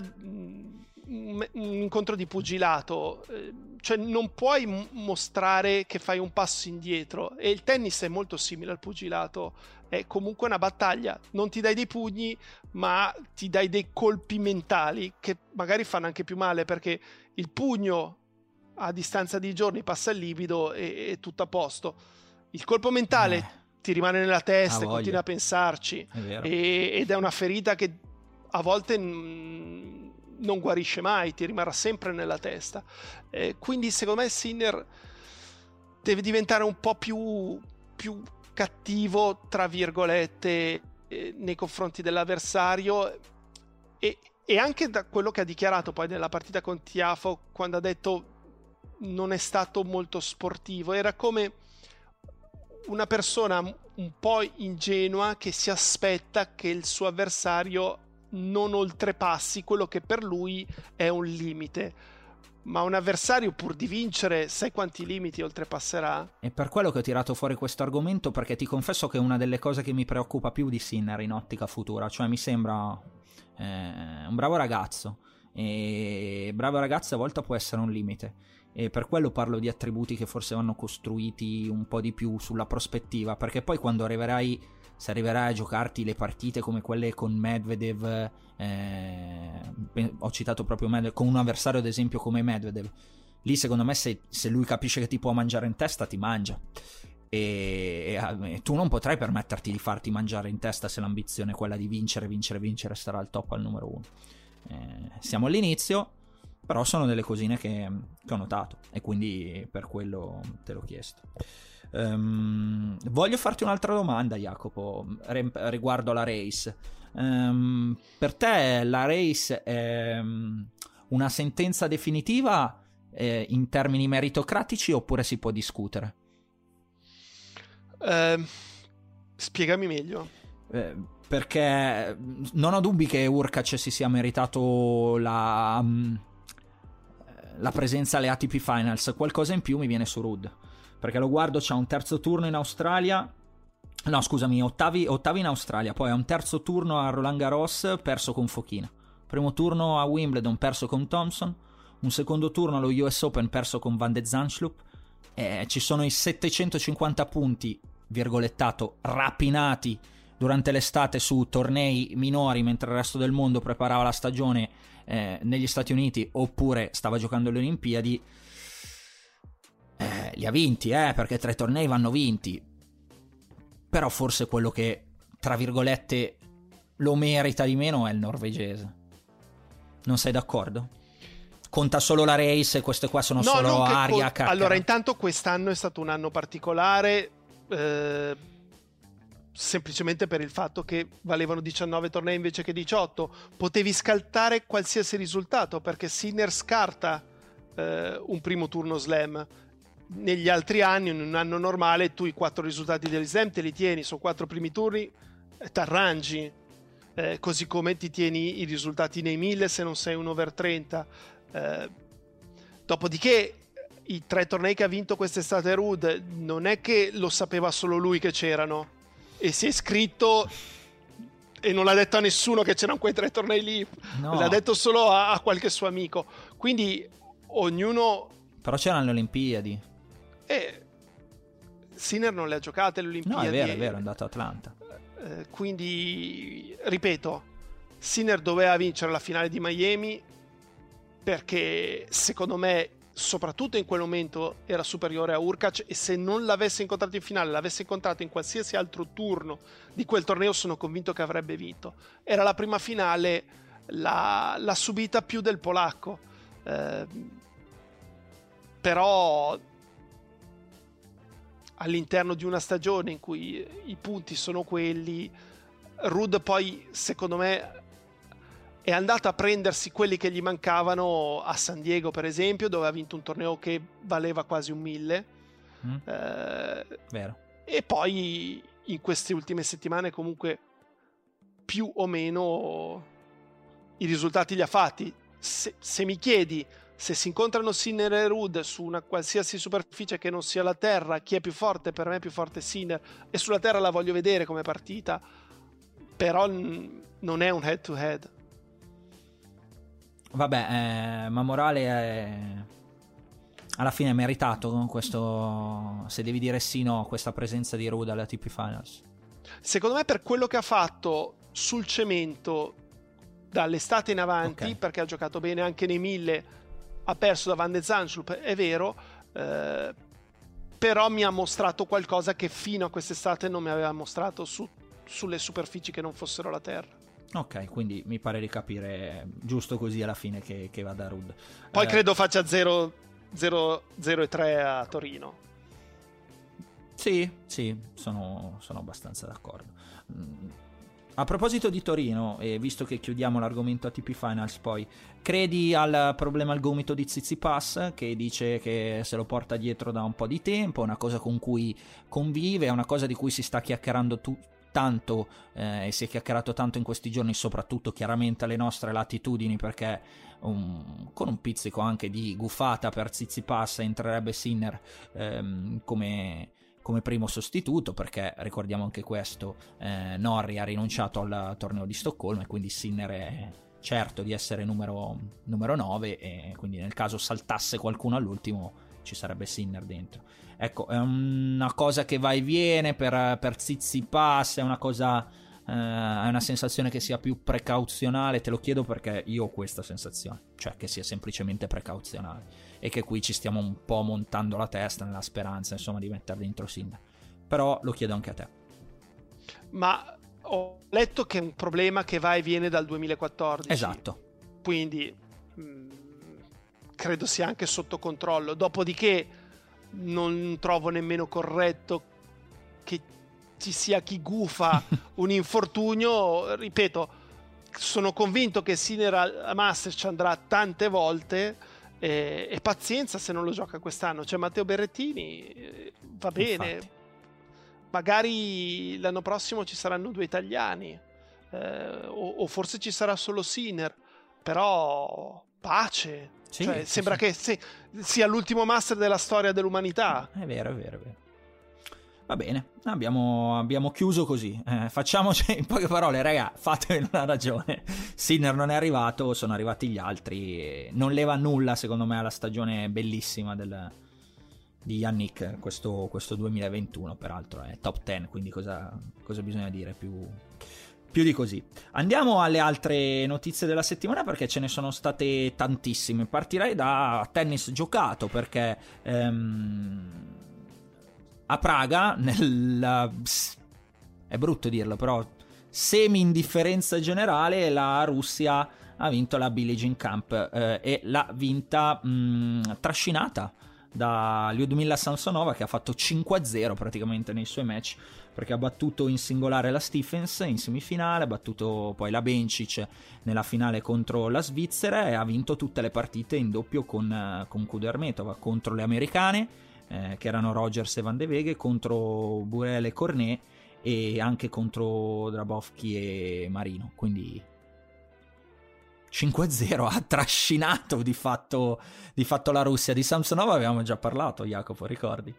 un incontro di pugilato, cioè non puoi mostrare che fai un passo indietro, e il tennis è molto simile al pugilato, è comunque una battaglia, non ti dai dei pugni ma ti dai dei colpi mentali che magari fanno anche più male, perché il pugno a distanza di giorni passa il livido e è tutto a posto, il colpo mentale eh. ti rimane nella testa, ah, continui a pensarci, è e, ed è una ferita che a volte mh, non guarisce mai, ti rimarrà sempre nella testa, eh, quindi secondo me Sinner deve diventare un po' più, più cattivo, tra virgolette, eh, nei confronti dell'avversario, e, e anche da quello che ha dichiarato poi nella partita con Tiafoe, quando ha detto non è stato molto sportivo, era come una persona un po' ingenua che si aspetta che il suo avversario non oltrepassi quello che per lui è un limite. Ma un avversario, pur di vincere, sai quanti limiti oltrepasserà? È per quello che ho tirato fuori questo argomento, perché ti confesso che è una delle cose che mi preoccupa più di Sinner in ottica futura. Cioè mi sembra eh, un bravo ragazzo, e bravo ragazzo a volte può essere un limite, e per quello parlo di attributi che forse vanno costruiti un po' di più sulla prospettiva, perché poi quando arriverai, se arriverai a giocarti le partite come quelle con Medvedev, eh, ho citato proprio Medvedev, con un avversario ad esempio come Medvedev, lì secondo me se, se lui capisce che ti può mangiare in testa, ti mangia, e, e, e tu non potrai permetterti di farti mangiare in testa se l'ambizione è quella di vincere, vincere, vincere, stare al top al numero uno. Eh, siamo all'inizio, però sono delle cosine che, che ho notato, e quindi per quello te l'ho chiesto. Um, voglio farti un'altra domanda, Jacopo, riguardo la race. Um, per te la race è um, una sentenza definitiva eh, in termini meritocratici, oppure si può discutere? Uh, spiegami meglio. Eh, perché non ho dubbi che Hurkacz si sia meritato la, um, la presenza alle A T P Finals. Qualcosa in più mi viene su Ruud, perché lo guardo, c'ha un terzo turno in Australia, no scusami, ottavi, ottavi in Australia, poi ha un terzo turno a Roland Garros perso con Fokina, primo turno a Wimbledon perso con Thompson, un secondo turno allo U S Open perso con Van de Zandschulp, eh, ci sono i settecentocinquanta punti, virgolettato, rapinati durante l'estate su tornei minori mentre il resto del mondo preparava la stagione eh, negli Stati Uniti oppure stava giocando alle Olimpiadi. Eh, li ha vinti, eh, perché tre tornei vanno vinti, però forse quello che, tra virgolette, lo merita di meno è il norvegese. Non sei d'accordo? Conta solo la race e queste qua sono no, solo aria, cacca. Allora, intanto quest'anno è stato un anno particolare, eh, semplicemente per il fatto che valevano diciannove tornei invece che diciotto. Potevi scaltare qualsiasi risultato, perché Sinner scarta eh, un primo turno slam. Negli altri anni, in un anno normale, tu i quattro risultati degli slam te li tieni, sono quattro primi turni, t'arrangi. Eh, così come ti tieni i risultati nei mille se non sei un over trenta. Eh, dopodiché i tre tornei che ha vinto quest'estate Ruud non è che lo sapeva solo lui che c'erano e si è iscritto e non l'ha detto a nessuno che c'erano quei tre tornei lì, no. L'ha detto solo a, a qualche suo amico, quindi ognuno. Però c'erano le Olimpiadi e Sinner non le ha giocate le Olimpiadi. No, è vero, è vero, è andato a Atlanta. Eh, quindi ripeto, Sinner doveva vincere la finale di Miami perché secondo me soprattutto in quel momento era superiore a Hurkacz, e se non l'avesse incontrato in finale, l'avesse incontrato in qualsiasi altro turno di quel torneo, sono convinto che avrebbe vinto. Era la prima finale, l'ha, l'ha subita più del polacco, eh, però all'interno di una stagione in cui i punti sono quelli, Ruud poi secondo me è andato a prendersi quelli che gli mancavano a San Diego, per esempio, dove ha vinto un torneo che valeva quasi un mille. Mm. Eh, Vero. E poi in queste ultime settimane comunque più o meno i risultati li ha fatti. Se, se mi chiedi se si incontrano Sinner e Ruud su una qualsiasi superficie che non sia la terra, chi è più forte? Per me è più forte Sinner, e sulla terra la voglio vedere come partita, però n- non è un head to head. Vabbè, eh, ma Morale è... alla fine è meritato con questo, se devi dire sì no, questa presenza di Ruud alle A T P Finals. Secondo me per quello che ha fatto sul cemento dall'estate in avanti, okay, perché ha giocato bene anche nei mille, ha perso da Van de Zandschulp, è vero, eh, però mi ha mostrato qualcosa che fino a quest'estate non mi aveva mostrato su, sulle superfici che non fossero la terra. Ok, quindi mi pare di capire giusto così alla fine che, che vada Ruud. Poi eh, credo faccia zero e tre a Torino. Sì, sì, sono, sono abbastanza d'accordo. Mm. A proposito di Torino, e visto che chiudiamo l'argomento A T P Finals, poi credi al problema al gomito di Tsitsipas, che dice che se lo porta dietro da un po' di tempo, è una cosa con cui convive, è una cosa di cui si sta chiacchierando tu- tanto eh, e si è chiacchierato tanto in questi giorni, soprattutto chiaramente alle nostre latitudini, perché um, con un pizzico anche di gufata per Tsitsipas entrerebbe Sinner ehm, come... come primo sostituto, perché ricordiamo anche questo, eh, Norrie ha rinunciato al torneo di Stoccolma e quindi Sinner è certo di essere numero, numero nove, e quindi nel caso saltasse qualcuno all'ultimo ci sarebbe Sinner dentro. Ecco, è una cosa che va e viene per, per Tsitsipas, è una cosa, eh, è una sensazione che sia più precauzionale. Te lo chiedo perché io ho questa sensazione, cioè che sia semplicemente precauzionale, e che qui ci stiamo un po' montando la testa nella speranza, insomma, di mettere dentro Sinner. Però lo chiedo anche a te. Ma ho letto che è un problema che va e viene dal duemilaquattordici. Esatto. Quindi mh, credo sia anche sotto controllo. Dopodiché non trovo nemmeno corretto che ci sia chi gufa un infortunio. Ripeto, sono convinto che Sinner a Masters ci andrà tante volte. E, e pazienza se non lo gioca quest'anno. C'è Matteo Berrettini, eh, va bene. Infatti. Magari l'anno prossimo ci saranno due italiani, eh, o, o forse ci sarà solo Sinner, però pace. Sì, cioè, sì, sembra sì. che sì, sia l'ultimo master della storia dell'umanità. È vero, è vero, è vero. Va bene, abbiamo, abbiamo chiuso così. Eh, facciamoci in poche parole, raga, fatemi una ragione. Sinner non è arrivato, sono arrivati gli altri, e non leva nulla secondo me alla stagione bellissima del, di Yannick, questo, questo duemilaventuno peraltro è top dieci, quindi cosa, cosa bisogna dire più, più di così. Andiamo alle altre notizie della settimana, perché ce ne sono state tantissime. Partirei da tennis giocato, perché ehm, a Praga, nella, è brutto dirlo, però semi-indifferenza generale, la Russia ha vinto la Billie Jean Cup eh, e l'ha vinta mh, trascinata da Lyudmila Samsonova, che ha fatto cinque a zero praticamente nei suoi match, perché ha battuto in singolare la Stephens in semifinale, ha battuto poi la Bencic nella finale contro la Svizzera e ha vinto tutte le partite in doppio con, con Kudermetova, contro le americane eh, che erano Rogers e Van de Veghe, contro Burel e Cornet e anche contro Drabowski e Marino. Quindi cinque a zero ha trascinato di fatto, di fatto la Russia. Di Samsonova avevamo già parlato, Jacopo, ricordi?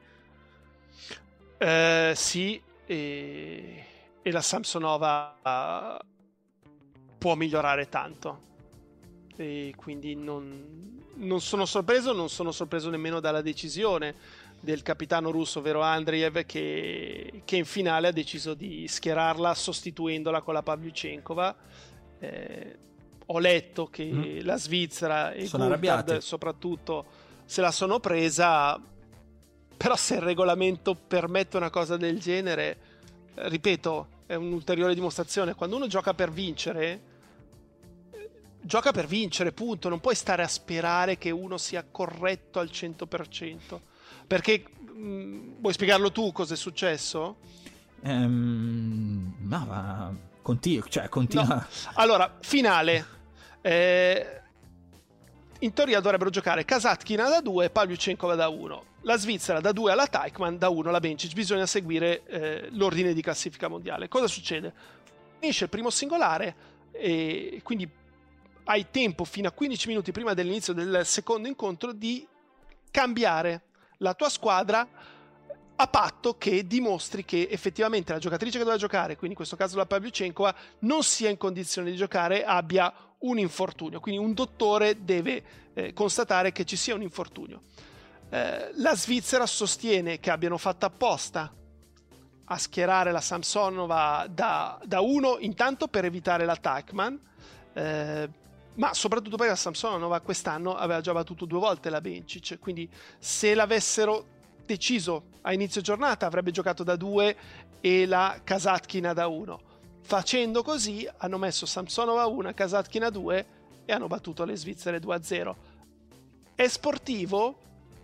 Eh, sì, e, e la Samsonova uh, può migliorare tanto, e quindi non, non sono sorpreso, non sono sorpreso nemmeno dalla decisione del capitano russo, ovvero Andreev, che, che in finale ha deciso di schierarla sostituendola con la Pavlyuchenkova. Eh, ho letto che mm. la Svizzera e Coulthard soprattutto se la sono presa, però se il regolamento permette una cosa del genere, ripeto, è un'ulteriore dimostrazione. Quando uno gioca per vincere, gioca per vincere, punto. Non puoi stare a sperare che uno sia corretto al cento per cento. Perché, mh, vuoi spiegarlo tu cosa è successo? Um, no, ma continua, cioè continua. No. Allora, finale. Eh, in teoria dovrebbero giocare Kasatkina da due e Pavlyuchenkova da uno. La Svizzera da due alla Teichmann, da uno alla Bencic. Bisogna seguire eh, l'ordine di classifica mondiale. Cosa succede? Finisce il primo singolare e quindi hai tempo fino a quindici minuti prima dell'inizio del secondo incontro di cambiare la tua squadra, a patto che dimostri che effettivamente la giocatrice che doveva giocare, quindi in questo caso la Pavlyuchenkova, non sia in condizione di giocare, abbia un infortunio. Quindi un dottore deve eh, constatare che ci sia un infortunio. Eh, la Svizzera sostiene che abbiano fatto apposta a schierare la Samsonova da, da uno, intanto per evitare la Teichmann, eh, ma soprattutto perché la Samsonova quest'anno aveva già battuto due volte la Bencic, quindi se l'avessero deciso a inizio giornata avrebbe giocato da due e la Kasatkina da uno. Facendo così hanno messo Samsonova uno, Kasatkina due e hanno battuto le Svizzere due a zero. È sportivo?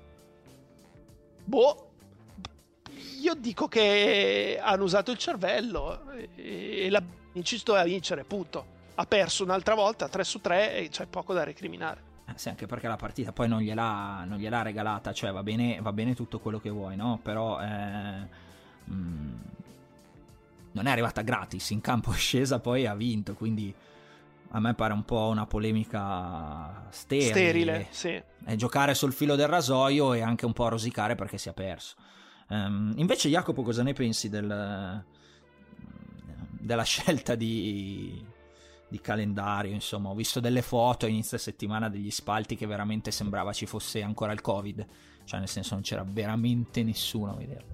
Boh, io dico che hanno usato il cervello e la Bencic doveva vincere, punto. Ha perso un'altra volta tre su tre e c'è poco da recriminare. Eh sì, anche perché la partita poi non gliel'ha, non gliel'ha regalata, cioè va bene, va bene tutto quello che vuoi, no? Però eh, mh, non è arrivata gratis, in campo è scesa poi e ha vinto, quindi a me pare un po' una polemica sterile. Sterile, sì. È giocare sul filo del rasoio e anche un po' rosicare perché si è perso. Um, invece Jacopo, cosa ne pensi del, della scelta di... di calendario? Insomma, ho visto delle foto a inizio settimana degli spalti che veramente sembrava ci fosse ancora il Covid, cioè nel senso non c'era veramente nessuno a vederlo.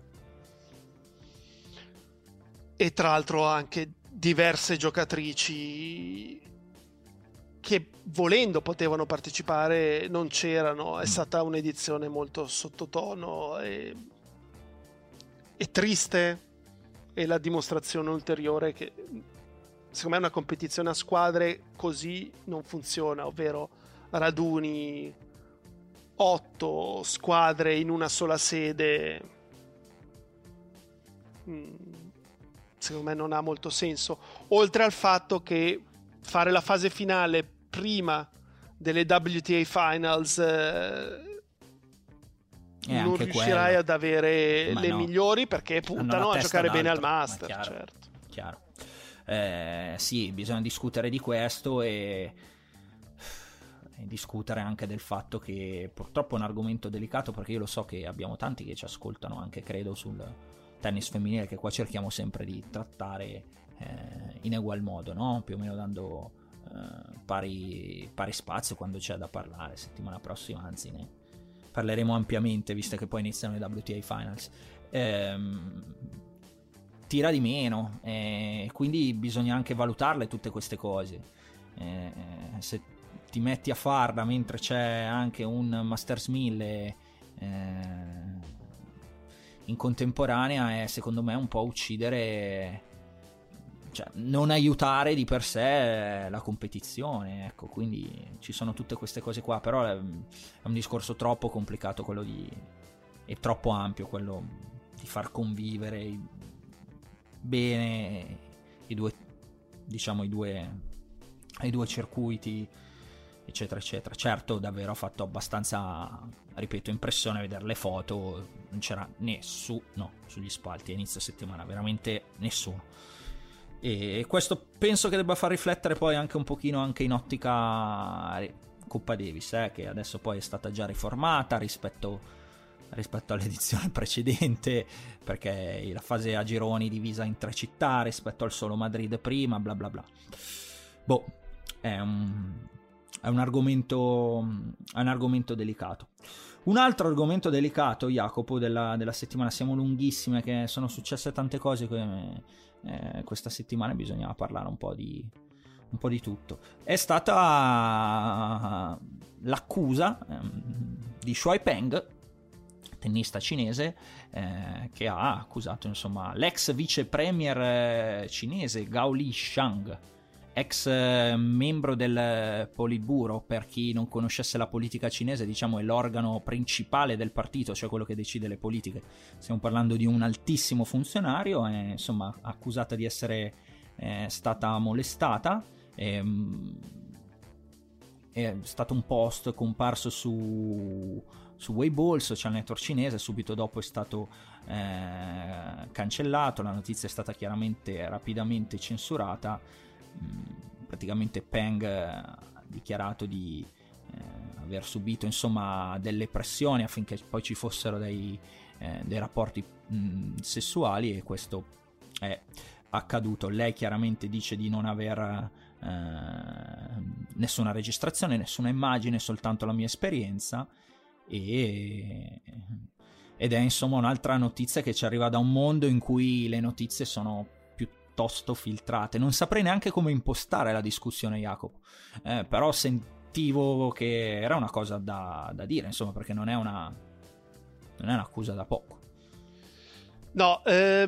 E tra l'altro anche diverse giocatrici che volendo potevano partecipare non c'erano. È stata un'edizione molto sottotono e, e triste, e la dimostrazione ulteriore che secondo me una competizione a squadre così non funziona, ovvero raduni otto squadre in una sola sede. Secondo me non ha molto senso, oltre al fatto che fare la fase finale prima delle W T A Finals eh, non riuscirai quello. ad avere Ma le no. migliori, perché puntano a giocare bene al Master. Chiaro, certo. chiaro. Eh, sì, bisogna discutere di questo e... e discutere anche del fatto che purtroppo è un argomento delicato, perché io lo so che abbiamo tanti che ci ascoltano anche, credo, sul tennis femminile, che qua cerchiamo sempre di trattare eh, in egual modo, no? Più o meno dando eh, eh, pari, pari spazio quando c'è da parlare. Settimana prossima, anzi, ne parleremo ampiamente, visto che poi iniziano i W T A Finals. Ehm, tira di meno, eh, quindi bisogna anche valutarle tutte queste cose. Eh, se ti metti a farla mentre c'è anche un Masters mille eh, in contemporanea, è secondo me un po' uccidere, cioè non aiutare di per sé la competizione, ecco. Quindi ci sono tutte queste cose qua, però è un discorso troppo complicato quello di è troppo ampio quello di far convivere bene i due, diciamo i due i due circuiti, eccetera eccetera. Certo, davvero ha fatto abbastanza, ripeto, impressione vedere le foto. Non c'era nessuno sugli spalti a inizio settimana, veramente nessuno, e questo penso che debba far riflettere poi anche un pochino anche in ottica Coppa Davis, eh, che adesso poi è stata già riformata rispetto rispetto all'edizione precedente, perché la fase a gironi divisa in tre città rispetto al solo Madrid prima, bla bla bla. Boh, è un, è un argomento è un argomento delicato. Un altro argomento delicato, Jacopo, della, della settimana, siamo lunghissime, che sono successe tante cose che, eh, questa settimana bisognava parlare un po' di un po' di tutto. È stata l'accusa ehm, di Shuai Peng, tennista cinese, eh, che ha accusato insomma l'ex vice premier eh, cinese Gao Li Shang, ex eh, membro del Politburo. Per chi non conoscesse la politica cinese, diciamo è l'organo principale del partito, cioè quello che decide le politiche. Stiamo parlando di un altissimo funzionario, eh, insomma accusata di essere eh, stata molestata. Ehm, è stato un post comparso su su Weibo, il social network cinese. Subito dopo è stato eh, cancellato, la notizia è stata chiaramente rapidamente censurata. Mm, praticamente Peng ha dichiarato di eh, aver subito insomma delle pressioni affinché poi ci fossero dei, eh, dei rapporti mh, sessuali, e questo è accaduto. Lei chiaramente dice di non aver eh, nessuna registrazione, nessuna immagine, soltanto la mia esperienza. E, ed è insomma un'altra notizia che ci arriva da un mondo in cui le notizie sono piuttosto filtrate. Non saprei neanche come impostare la discussione, Jacopo, eh, però sentivo che era una cosa da, da dire, insomma, perché non è una non è un'accusa da poco. No, eh,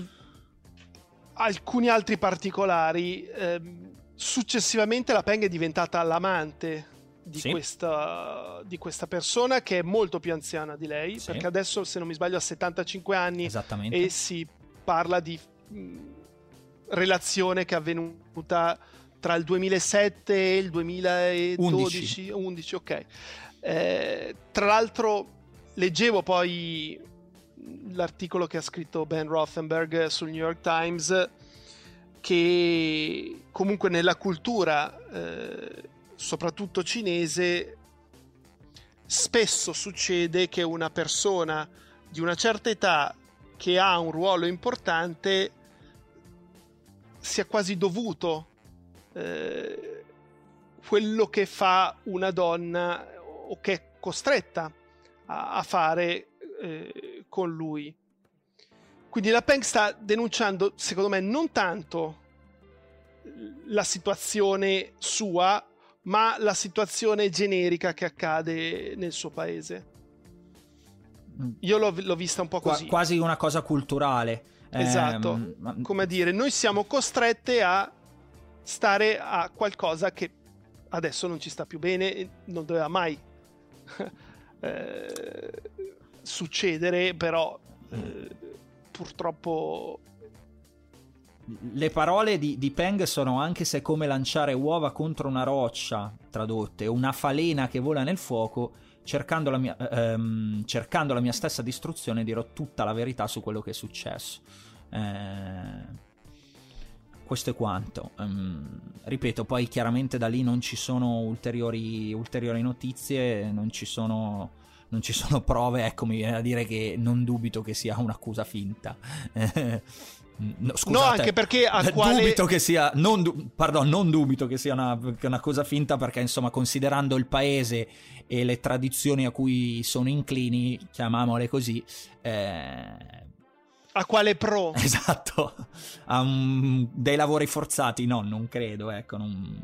alcuni altri particolari. Eh, successivamente la Peng è diventata l'amante Di, sì. questa, di questa persona, che è molto più anziana di lei, sì. perché adesso, se non mi sbaglio, ha settantacinque anni, e si parla di mh, relazione che è avvenuta tra il duemilasette e il duemiladodici undici, ok. Eh, tra l'altro leggevo poi l'articolo che ha scritto Ben Rothenberg sul New York Times, che comunque nella cultura eh, soprattutto cinese, spesso succede che una persona di una certa età che ha un ruolo importante sia quasi dovuto eh, quello che fa una donna, o che è costretta a, a fare eh, con lui. Quindi la Peng sta denunciando, secondo me, non tanto la situazione sua, ma la situazione generica che accade nel suo paese. Io l'ho, l'ho vista un po' così. Qua, quasi una cosa culturale. Esatto. Eh, come a dire, noi siamo costrette a stare a qualcosa che adesso non ci sta più bene e non doveva mai eh, succedere, però eh, purtroppo... Le parole di, di Peng sono: anche se è come lanciare uova contro una roccia, tradotte, una falena che vola nel fuoco, cercando la mia, ehm, cercando la mia stessa distruzione, dirò tutta la verità su quello che è successo. Eh, questo è quanto. Um, ripeto, poi chiaramente da lì non ci sono ulteriori, ulteriori notizie, non ci sono, non ci sono prove, ecco, mi viene da dire che non dubito che sia un'accusa finta. No, scusate, no, anche perché a quale... dubito che sia non, du... Pardon, non dubito che sia una, una cosa finta, perché insomma, considerando il paese e le tradizioni a cui sono inclini, chiamiamole così, eh... a quale pro? Esatto, a un... dei lavori forzati no, non credo, ecco, non...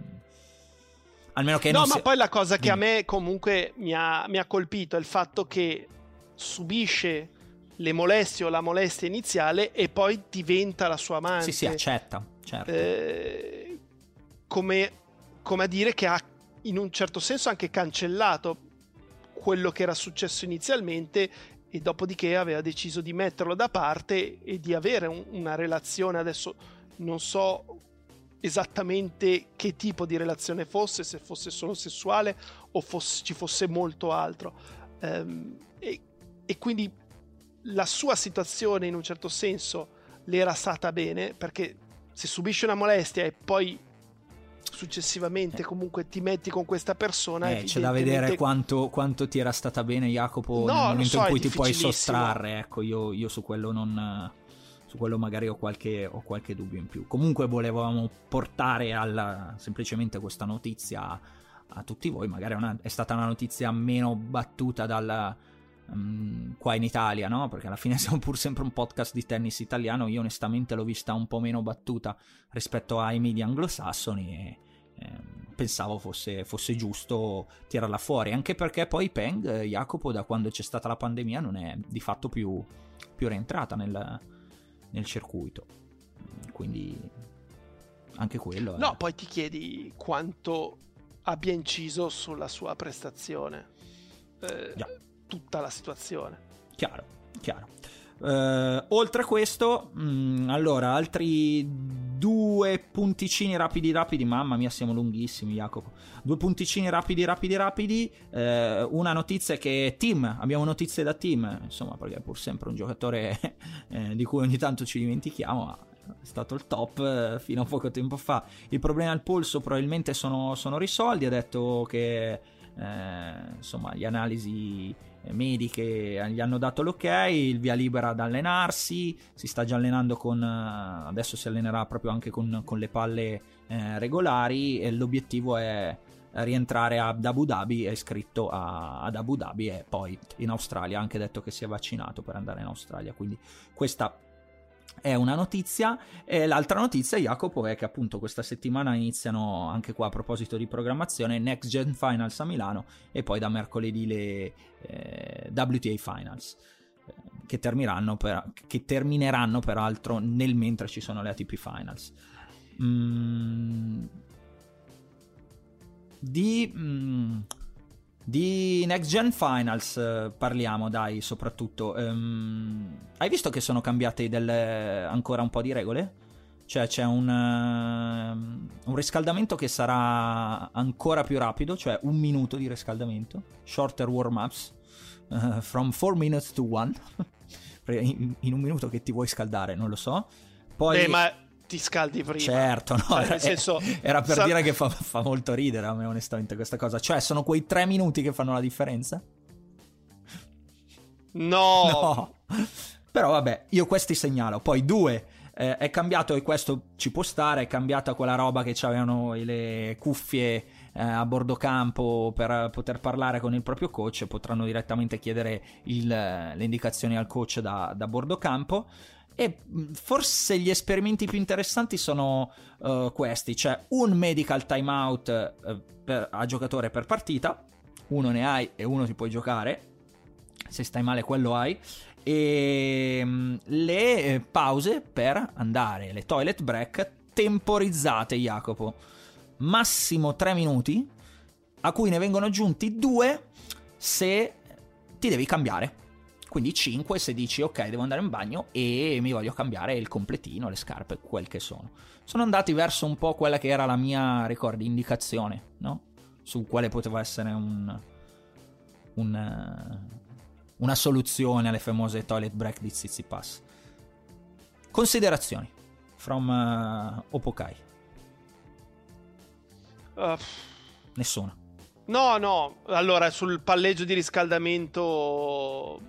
almeno che no, non ma sia... poi la cosa che Dimmi. a me comunque mi ha, mi ha colpito è il fatto che subisce le molestie o la molestia iniziale e poi diventa la sua amante. Sì, sì, accetta, certo. Eh, come, come a dire che ha in un certo senso anche cancellato quello che era successo inizialmente, e dopodiché aveva deciso di metterlo da parte e di avere un, una relazione. Adesso non so esattamente che tipo di relazione fosse, se fosse solo sessuale o fosse, ci fosse molto altro. Um, e, e quindi la sua situazione in un certo senso le era stata bene, perché se subisci una molestia e poi successivamente comunque ti metti con questa persona, eh, c'è da vedere quanto, quanto ti era stata bene, Jacopo, no, nel momento so, in cui ti puoi difficilissimo. sottrarre. Ecco, io, io su quello non... su quello magari ho qualche, ho qualche dubbio in più. Comunque volevamo portare alla, semplicemente questa notizia a, a tutti voi. Magari è, una, è stata una notizia meno battuta dal, um, qua in Italia, no? Perché alla fine siamo pur sempre un podcast di tennis italiano. Io onestamente l'ho vista un po' meno battuta rispetto ai media anglosassoni e eh, pensavo fosse, fosse giusto tirarla fuori, anche perché poi Peng, eh, Jacopo, da quando c'è stata la pandemia non è di fatto più, più rientrata nel... nel circuito, quindi anche quello è... no, poi ti chiedi quanto abbia inciso sulla sua prestazione eh, tutta la situazione. Chiaro, chiaro. Uh, oltre a questo, mh, allora altri due punticini rapidi rapidi, mamma mia siamo lunghissimi, Jacopo, due punticini rapidi rapidi rapidi. Uh, una notizia che Team, abbiamo notizie da Team, insomma, perché è pur sempre un giocatore eh, di cui ogni tanto ci dimentichiamo, ma è stato il top eh, fino a poco tempo fa. Il problema al polso probabilmente sono, sono risolti, ha detto che eh, insomma le analisi mediche gli hanno dato l'ok, il via libera ad allenarsi, si sta già allenando con, adesso si allenerà proprio anche con, con le palle eh, regolari, e l'obiettivo è rientrare ad Abu Dhabi, è iscritto a, ad Abu Dhabi e poi in Australia, ha anche detto che si è vaccinato per andare in Australia, quindi questa è una notizia. E l'altra notizia, Jacopo, è che appunto questa settimana iniziano, anche qua a proposito di programmazione, Next Gen Finals a Milano e poi da mercoledì le eh, W T A Finals eh, che termineranno, per, che termineranno peraltro nel mentre ci sono le A T P Finals. Mm, di... Mm, Di Next Gen Finals eh, parliamo, dai, soprattutto. Um, hai visto che sono cambiate delle, ancora un po' di regole? Cioè c'è un, uh, un riscaldamento che sarà ancora più rapido, cioè un minuto di riscaldamento. Shorter warm-ups, uh, from four minutes to one. in, in un minuto che ti vuoi scaldare, non lo so. Poi... Beh, ma... ti scaldi prima. Certo, no, cioè, era, nel senso, era per sa- dire che fa, fa molto ridere a me onestamente questa cosa. Cioè sono quei tre minuti che fanno la differenza? No. No. Però vabbè, io questi segnalo. Poi due, eh, è cambiato, e questo ci può stare, è cambiata quella roba che avevano le cuffie eh, a bordo campo per poter parlare con il proprio coach. Potranno direttamente chiedere il, le indicazioni al coach da, da bordo campo. E forse gli esperimenti più interessanti sono uh, questi, cioè un medical timeout uh, per, a giocatore per partita, uno ne hai e uno ti puoi giocare, se stai male quello hai, e um, le pause per andare, le toilet break temporizzate, Jacopo, massimo tre minuti, a cui ne vengono aggiunti due se ti devi cambiare. Quindi cinque se dici ok, devo andare in bagno e mi voglio cambiare il completino, le scarpe, quel che sono. Sono andati verso un po' quella che era la mia, ricordi, indicazione, no? Su quale poteva essere un, un, una soluzione alle famose toilet break di Tsitsipas. Considerazioni. from uh, Opokai. Uh, Nessuna. No, no, allora sul palleggio di riscaldamento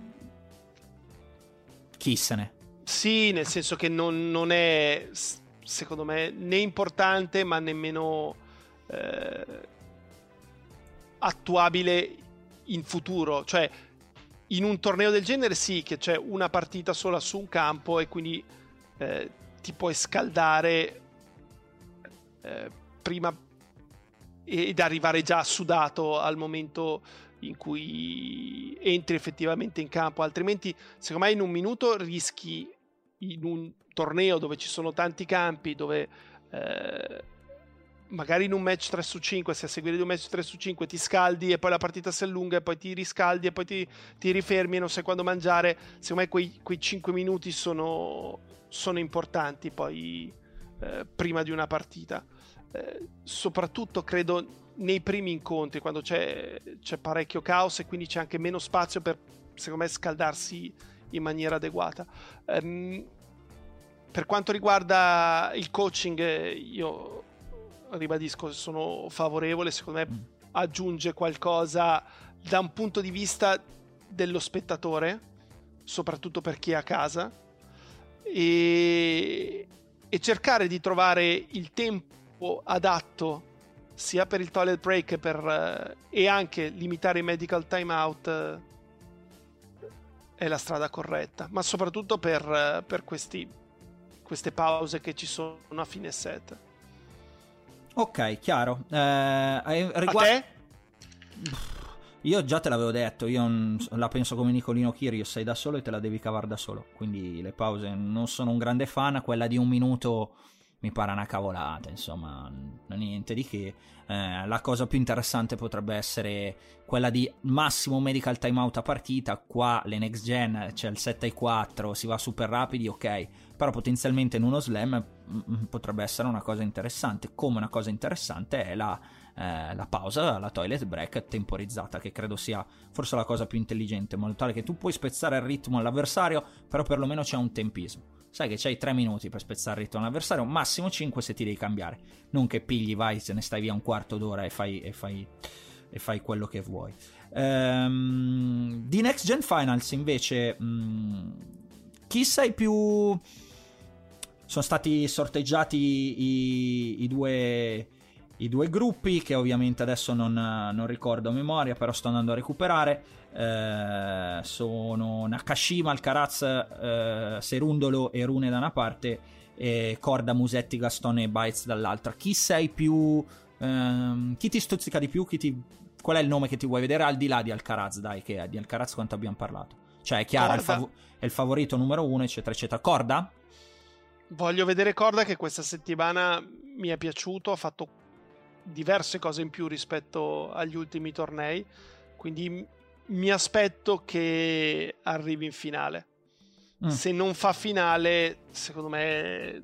chi se ne? Sì, nel senso che non, non è, secondo me, né importante ma nemmeno eh, attuabile in futuro. Cioè, in un torneo del genere sì, che c'è una partita sola su un campo e quindi eh, ti puoi scaldare eh, prima ed arrivare già sudato al momento in cui entri effettivamente in campo, altrimenti secondo me in un minuto rischi, in un torneo dove ci sono tanti campi, dove eh, magari in un match tre su cinque, se a seguire di un match tre su cinque ti scaldi e poi la partita si allunga e poi ti riscaldi e poi ti, ti rifermi e non sai quando mangiare, secondo me quei, quei cinque minuti sono, sono importanti poi eh, prima di una partita. Eh, soprattutto credo nei primi incontri, quando c'è, c'è parecchio caos e quindi c'è anche meno spazio per, secondo me, scaldarsi in maniera adeguata. Um, per quanto riguarda il coaching, io ribadisco, sono favorevole, secondo me aggiunge qualcosa da un punto di vista dello spettatore, soprattutto per chi è a casa, e, e cercare di trovare il tempo adatto sia per il toilet break per, e anche limitare i medical timeout è la strada corretta, ma soprattutto per, per questi, queste pause che ci sono a fine set. Ok, chiaro. Eh, riguard- a te? Io già te l'avevo detto, io la penso come Nicolino Kyrgios, sei da solo e te la devi cavare da solo, quindi le pause non sono un grande fan, quella di un minuto mi pare una cavolata, insomma, non niente di che. Eh, la cosa più interessante potrebbe essere quella di massimo medical timeout a partita. Qua le next gen c'è il sette ai quattro, si va super rapidi, ok, però potenzialmente in uno slam m- potrebbe essere una cosa interessante. Come una cosa interessante è la, eh, la pausa, la toilet break temporizzata, che credo sia forse la cosa più intelligente, in modo tale che tu puoi spezzare il ritmo all'avversario, però perlomeno c'è un tempismo. Sai che c'hai tre minuti per spezzare il ritmo all'avversario, massimo cinque se ti devi cambiare. Non che pigli, vai, se ne stai via un quarto d'ora e fai, e fai, e fai quello che vuoi. Ehm, di Next Gen Finals invece, mh, chi sei più... Sono stati sorteggiati i, i, due, i due gruppi, che ovviamente adesso non, non ricordo a memoria, però sto andando a recuperare. Eh, sono Nakashima, Alcaraz, eh, Serundolo e Rune da una parte e Korda, Musetti, Gaston e Baez dall'altra. Chi sei più ehm, chi ti stuzzica di più? Chi ti, qual è il nome che ti vuoi vedere al di là di Alcaraz? Dai, che di Alcaraz quanto abbiamo parlato, cioè è chiaro, è il, fav- è il favorito numero uno, eccetera eccetera. Korda? Voglio vedere Korda, che questa settimana mi è piaciuto, ha fatto diverse cose in più rispetto agli ultimi tornei, quindi mi aspetto che arrivi in finale. Mm. Se non fa finale, secondo me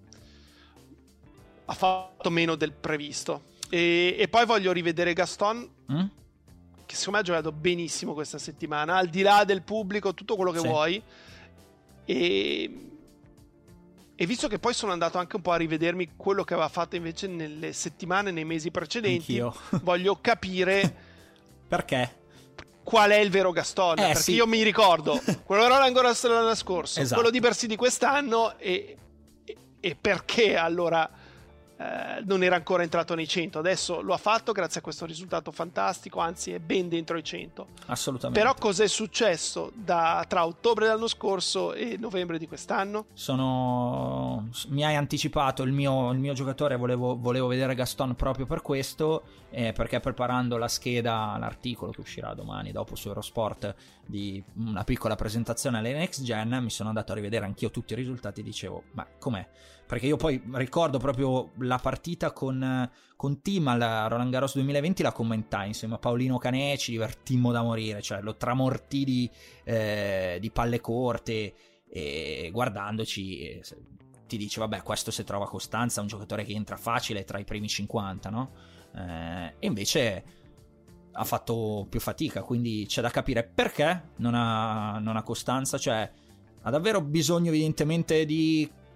ha fatto meno del previsto. E, e poi voglio rivedere Gaston, mm. che secondo me ha giocato benissimo questa settimana, al di là del pubblico, tutto quello che sì. vuoi. E, e visto che poi sono andato anche un po' a rivedermi quello che aveva fatto invece nelle settimane, nei mesi precedenti, voglio capire perché. Qual è il vero Gaston? Eh, perché sì. io mi ricordo quello era ancora l'anno scorso, esatto. quello di Bercy di quest'anno, e, e, e perché allora eh, non era ancora entrato nei cento. Adesso lo ha fatto grazie a questo risultato fantastico, anzi è ben dentro i cento. Assolutamente. Però cos'è successo da, tra ottobre dell'anno scorso e novembre di quest'anno? Sono mi hai anticipato il mio, il mio giocatore, volevo, volevo vedere Gaston proprio per questo, eh, perché preparando la scheda, l'articolo che uscirà domani dopo su Eurosport, di una piccola presentazione alle Next Gen, mi sono andato a rivedere anch'io tutti i risultati e dicevo, ma com'è? Perché io poi ricordo proprio la partita con, con Tim al Roland Garros duemilaventi, la commentai insieme a Paolino Canè, ci divertimmo da morire, cioè lo tramortì di, eh, di palle corte, e guardandoci ti dice vabbè, questo se trova costanza è un giocatore che entra facile tra i primi cinquanta, no? Eh, e invece ha fatto più fatica, quindi c'è da capire perché non ha, non ha costanza, cioè ha davvero bisogno evidentemente di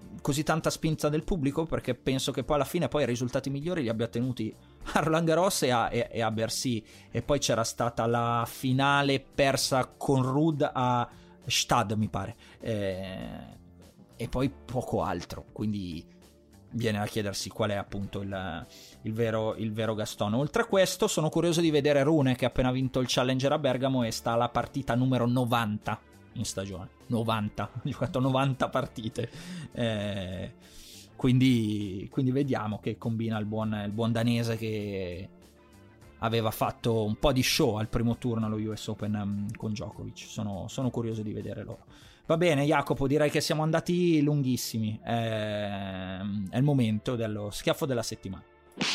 così tanta spinta del pubblico, perché penso che poi alla fine poi i risultati migliori li abbia tenuti a Roland Garros e a, e, e a Bercy, e poi c'era stata la finale persa con Ruud a Stade, mi pare, eh, e poi poco altro, quindi viene a chiedersi qual è appunto il, il, vero, il vero Gaston. Oltre a questo sono curioso di vedere Rune, che ha appena vinto il Challenger a Bergamo e sta alla partita numero novanta in stagione, novanta, ha giocato novanta partite, eh, quindi, quindi vediamo che combina il buon, il buon danese, che aveva fatto un po' di show al primo turno allo U S Open um, con Djokovic. Sono, sono curioso di vedere loro. Va bene Jacopo, direi che siamo andati lunghissimi, eh, è il momento dello schiaffo della settimana.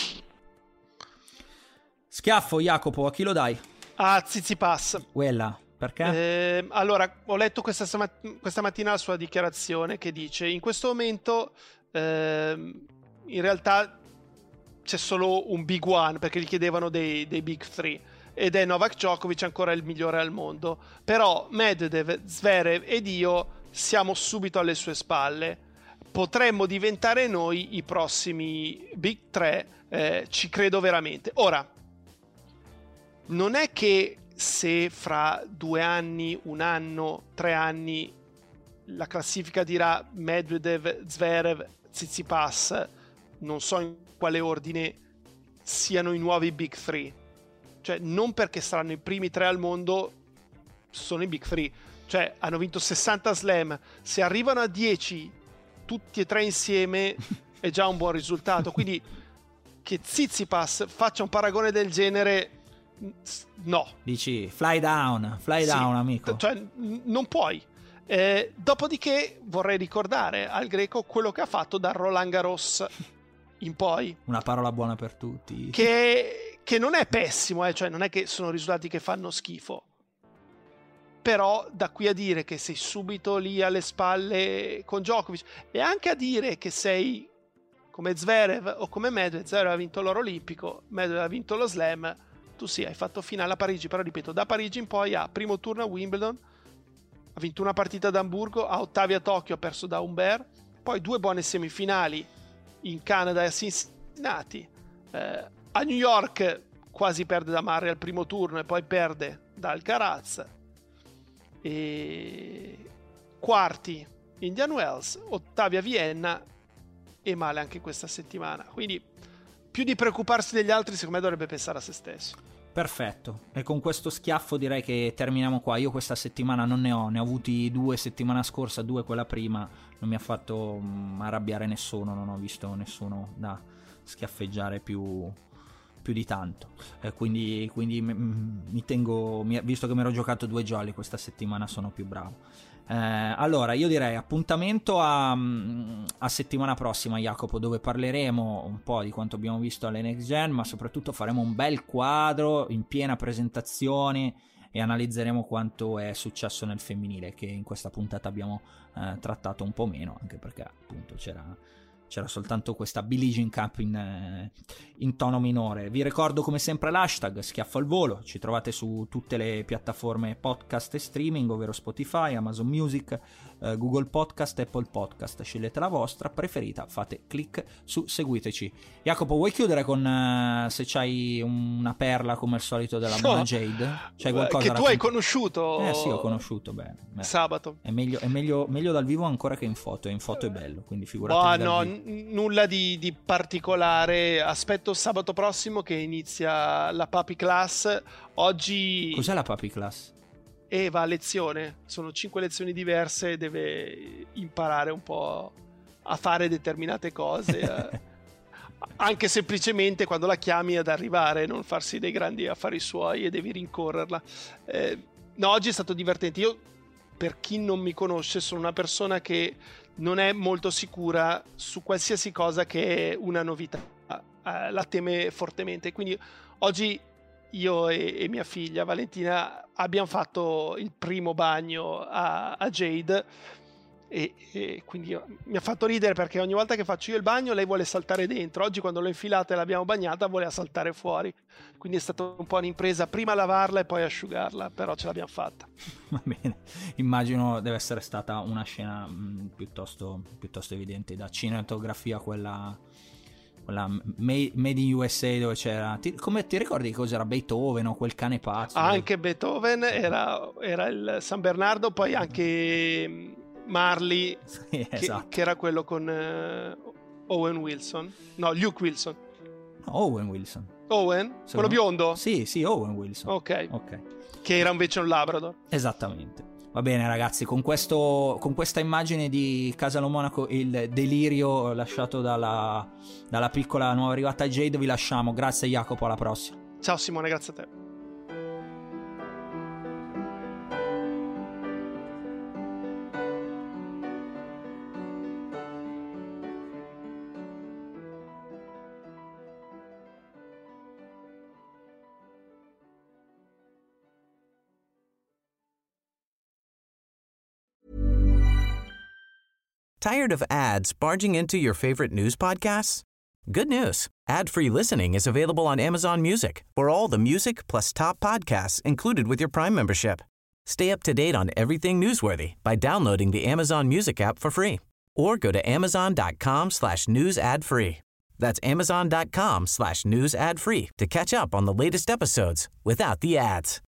Schiaffo, Jacopo, a chi lo dai? A Tsitsipas. Quella. Perché? Eh, allora, ho letto questa, questa mattina la sua dichiarazione che dice: in questo momento eh, in realtà c'è solo un big one, perché gli chiedevano dei, dei big three, ed è Novak Djokovic, ancora il migliore al mondo, però Medvedev, Zverev ed io siamo subito alle sue spalle, potremmo diventare noi i prossimi big tre, eh, ci credo veramente. Ora, non è che se fra due anni, un anno, tre anni la classifica dirà Medvedev, Zverev, Tsitsipas, non so in quale ordine, siano i nuovi big three, cioè non perché saranno i primi tre al mondo sono i big three, cioè hanno vinto sessanta slam, se arrivano a dieci tutti e tre insieme è già un buon risultato, quindi che Tsitsipas faccia un paragone del genere, no. Dici fly down, fly sì, down amico. Cioè n- non puoi. Eh, dopodiché vorrei ricordare al greco quello che ha fatto da Roland Garros in poi. Una parola buona per tutti. Che, che non è pessimo, eh, cioè non è che sono risultati che fanno schifo. Però da qui a dire che sei subito lì alle spalle con Djokovic, e anche a dire che sei come Zverev o come Medvedev, Zverev ha vinto l'oro olimpico, Medvedev ha vinto lo slam, tu sì, hai fatto finale a Parigi, però ripeto, da Parigi in poi a primo turno a Wimbledon, ha vinto una partita ad Amburgo, a ottavi a Tokyo ha perso da Humbert, poi due buone semifinali in Canada e a Cincinnati, eh, a New York quasi perde da Murray al primo turno e poi perde da Alcaraz, e quarti Indian Wells, ottavi a Vienna e male anche questa settimana, quindi più di preoccuparsi degli altri secondo me dovrebbe pensare a se stesso. Perfetto, e con questo schiaffo direi che terminiamo qua. Io questa settimana non ne ho, ne ho avuti due settimana scorsa, due quella prima, non mi ha fatto um, arrabbiare nessuno, non ho visto nessuno da schiaffeggiare più, più di tanto, eh, quindi, quindi m- mi tengo, mi, visto che mi ero giocato due jolly questa settimana sono più bravo. Eh, allora io direi appuntamento a, a settimana prossima, Jacopo, dove parleremo un po' di quanto abbiamo visto alle Next Gen, ma soprattutto faremo un bel quadro in piena presentazione e analizzeremo quanto è successo nel femminile, che in questa puntata abbiamo eh, trattato un po' meno, anche perché appunto c'era c'era soltanto questa Billie Jean Cup in, eh, in tono minore. Vi ricordo come sempre l'hashtag Schiaffo al Volo, ci trovate su tutte le piattaforme podcast e streaming, ovvero Spotify, Amazon Music, eh, Google Podcast, Apple Podcast. Scegliete la vostra preferita, fate click su seguiteci. Jacopo, vuoi chiudere con eh, se c'hai una perla come al solito della buona Jade? C'hai qualcosa che tu raccont- hai conosciuto? Eh sì, ho conosciuto bene. Beh, sabato. È meglio, è meglio, meglio dal vivo ancora che in foto, e in foto è bello, quindi figurati. Oh, no, n- nulla di, di particolare. Aspetto sabato prossimo che inizia la Puppy Class. Oggi cos'è la Puppy Class? E va a lezione, sono cinque lezioni diverse, deve imparare un po' a fare determinate cose, eh. Anche semplicemente quando la chiami ad arrivare, non farsi dei grandi affari suoi e devi rincorrerla. Eh, no, oggi è stato divertente. Io, per chi non mi conosce, sono una persona che non è molto sicura su qualsiasi cosa che è una novità, eh, la teme fortemente, quindi oggi io e, e mia figlia Valentina abbiamo fatto il primo bagno a, a Jade E, e quindi io, mi ha fatto ridere perché ogni volta che faccio io il bagno lei vuole saltare dentro. Oggi quando l'ho infilata e l'abbiamo bagnata voleva saltare fuori, quindi è stata un po' un'impresa, prima lavarla e poi asciugarla, però ce l'abbiamo fatta. Va bene, immagino deve essere stata una scena mh, piuttosto, piuttosto evidente, da cinematografia quella, quella made, made in U S A, dove c'era, ti, come ti ricordi cos'era Beethoven o quel cane pazzo? Anche Beethoven era, era il San Bernardo, poi anche Marley, sì, esatto. che, che era quello con uh, Owen Wilson, no, Luke Wilson. No, Owen Wilson. Owen? Secondo... Quello biondo? Sì, sì, Owen Wilson. Ok. Ok. Che era invece un Labrador. Esattamente. Va bene ragazzi, con, questo, con questa immagine di Casalo Monaco, il delirio lasciato dalla, dalla piccola nuova arrivata Jade, vi lasciamo. Grazie Jacopo, alla prossima. Ciao Simone, grazie a te. Tired of ads barging into your favorite news podcasts? Good news. Ad-free listening is available on Amazon Music for all the music plus top podcasts included with your Prime membership. Stay up to date on everything newsworthy by downloading the Amazon Music app for free or go to amazon.com slash news ad free. That's amazon.com slash news ad free to catch up on the latest episodes without the ads.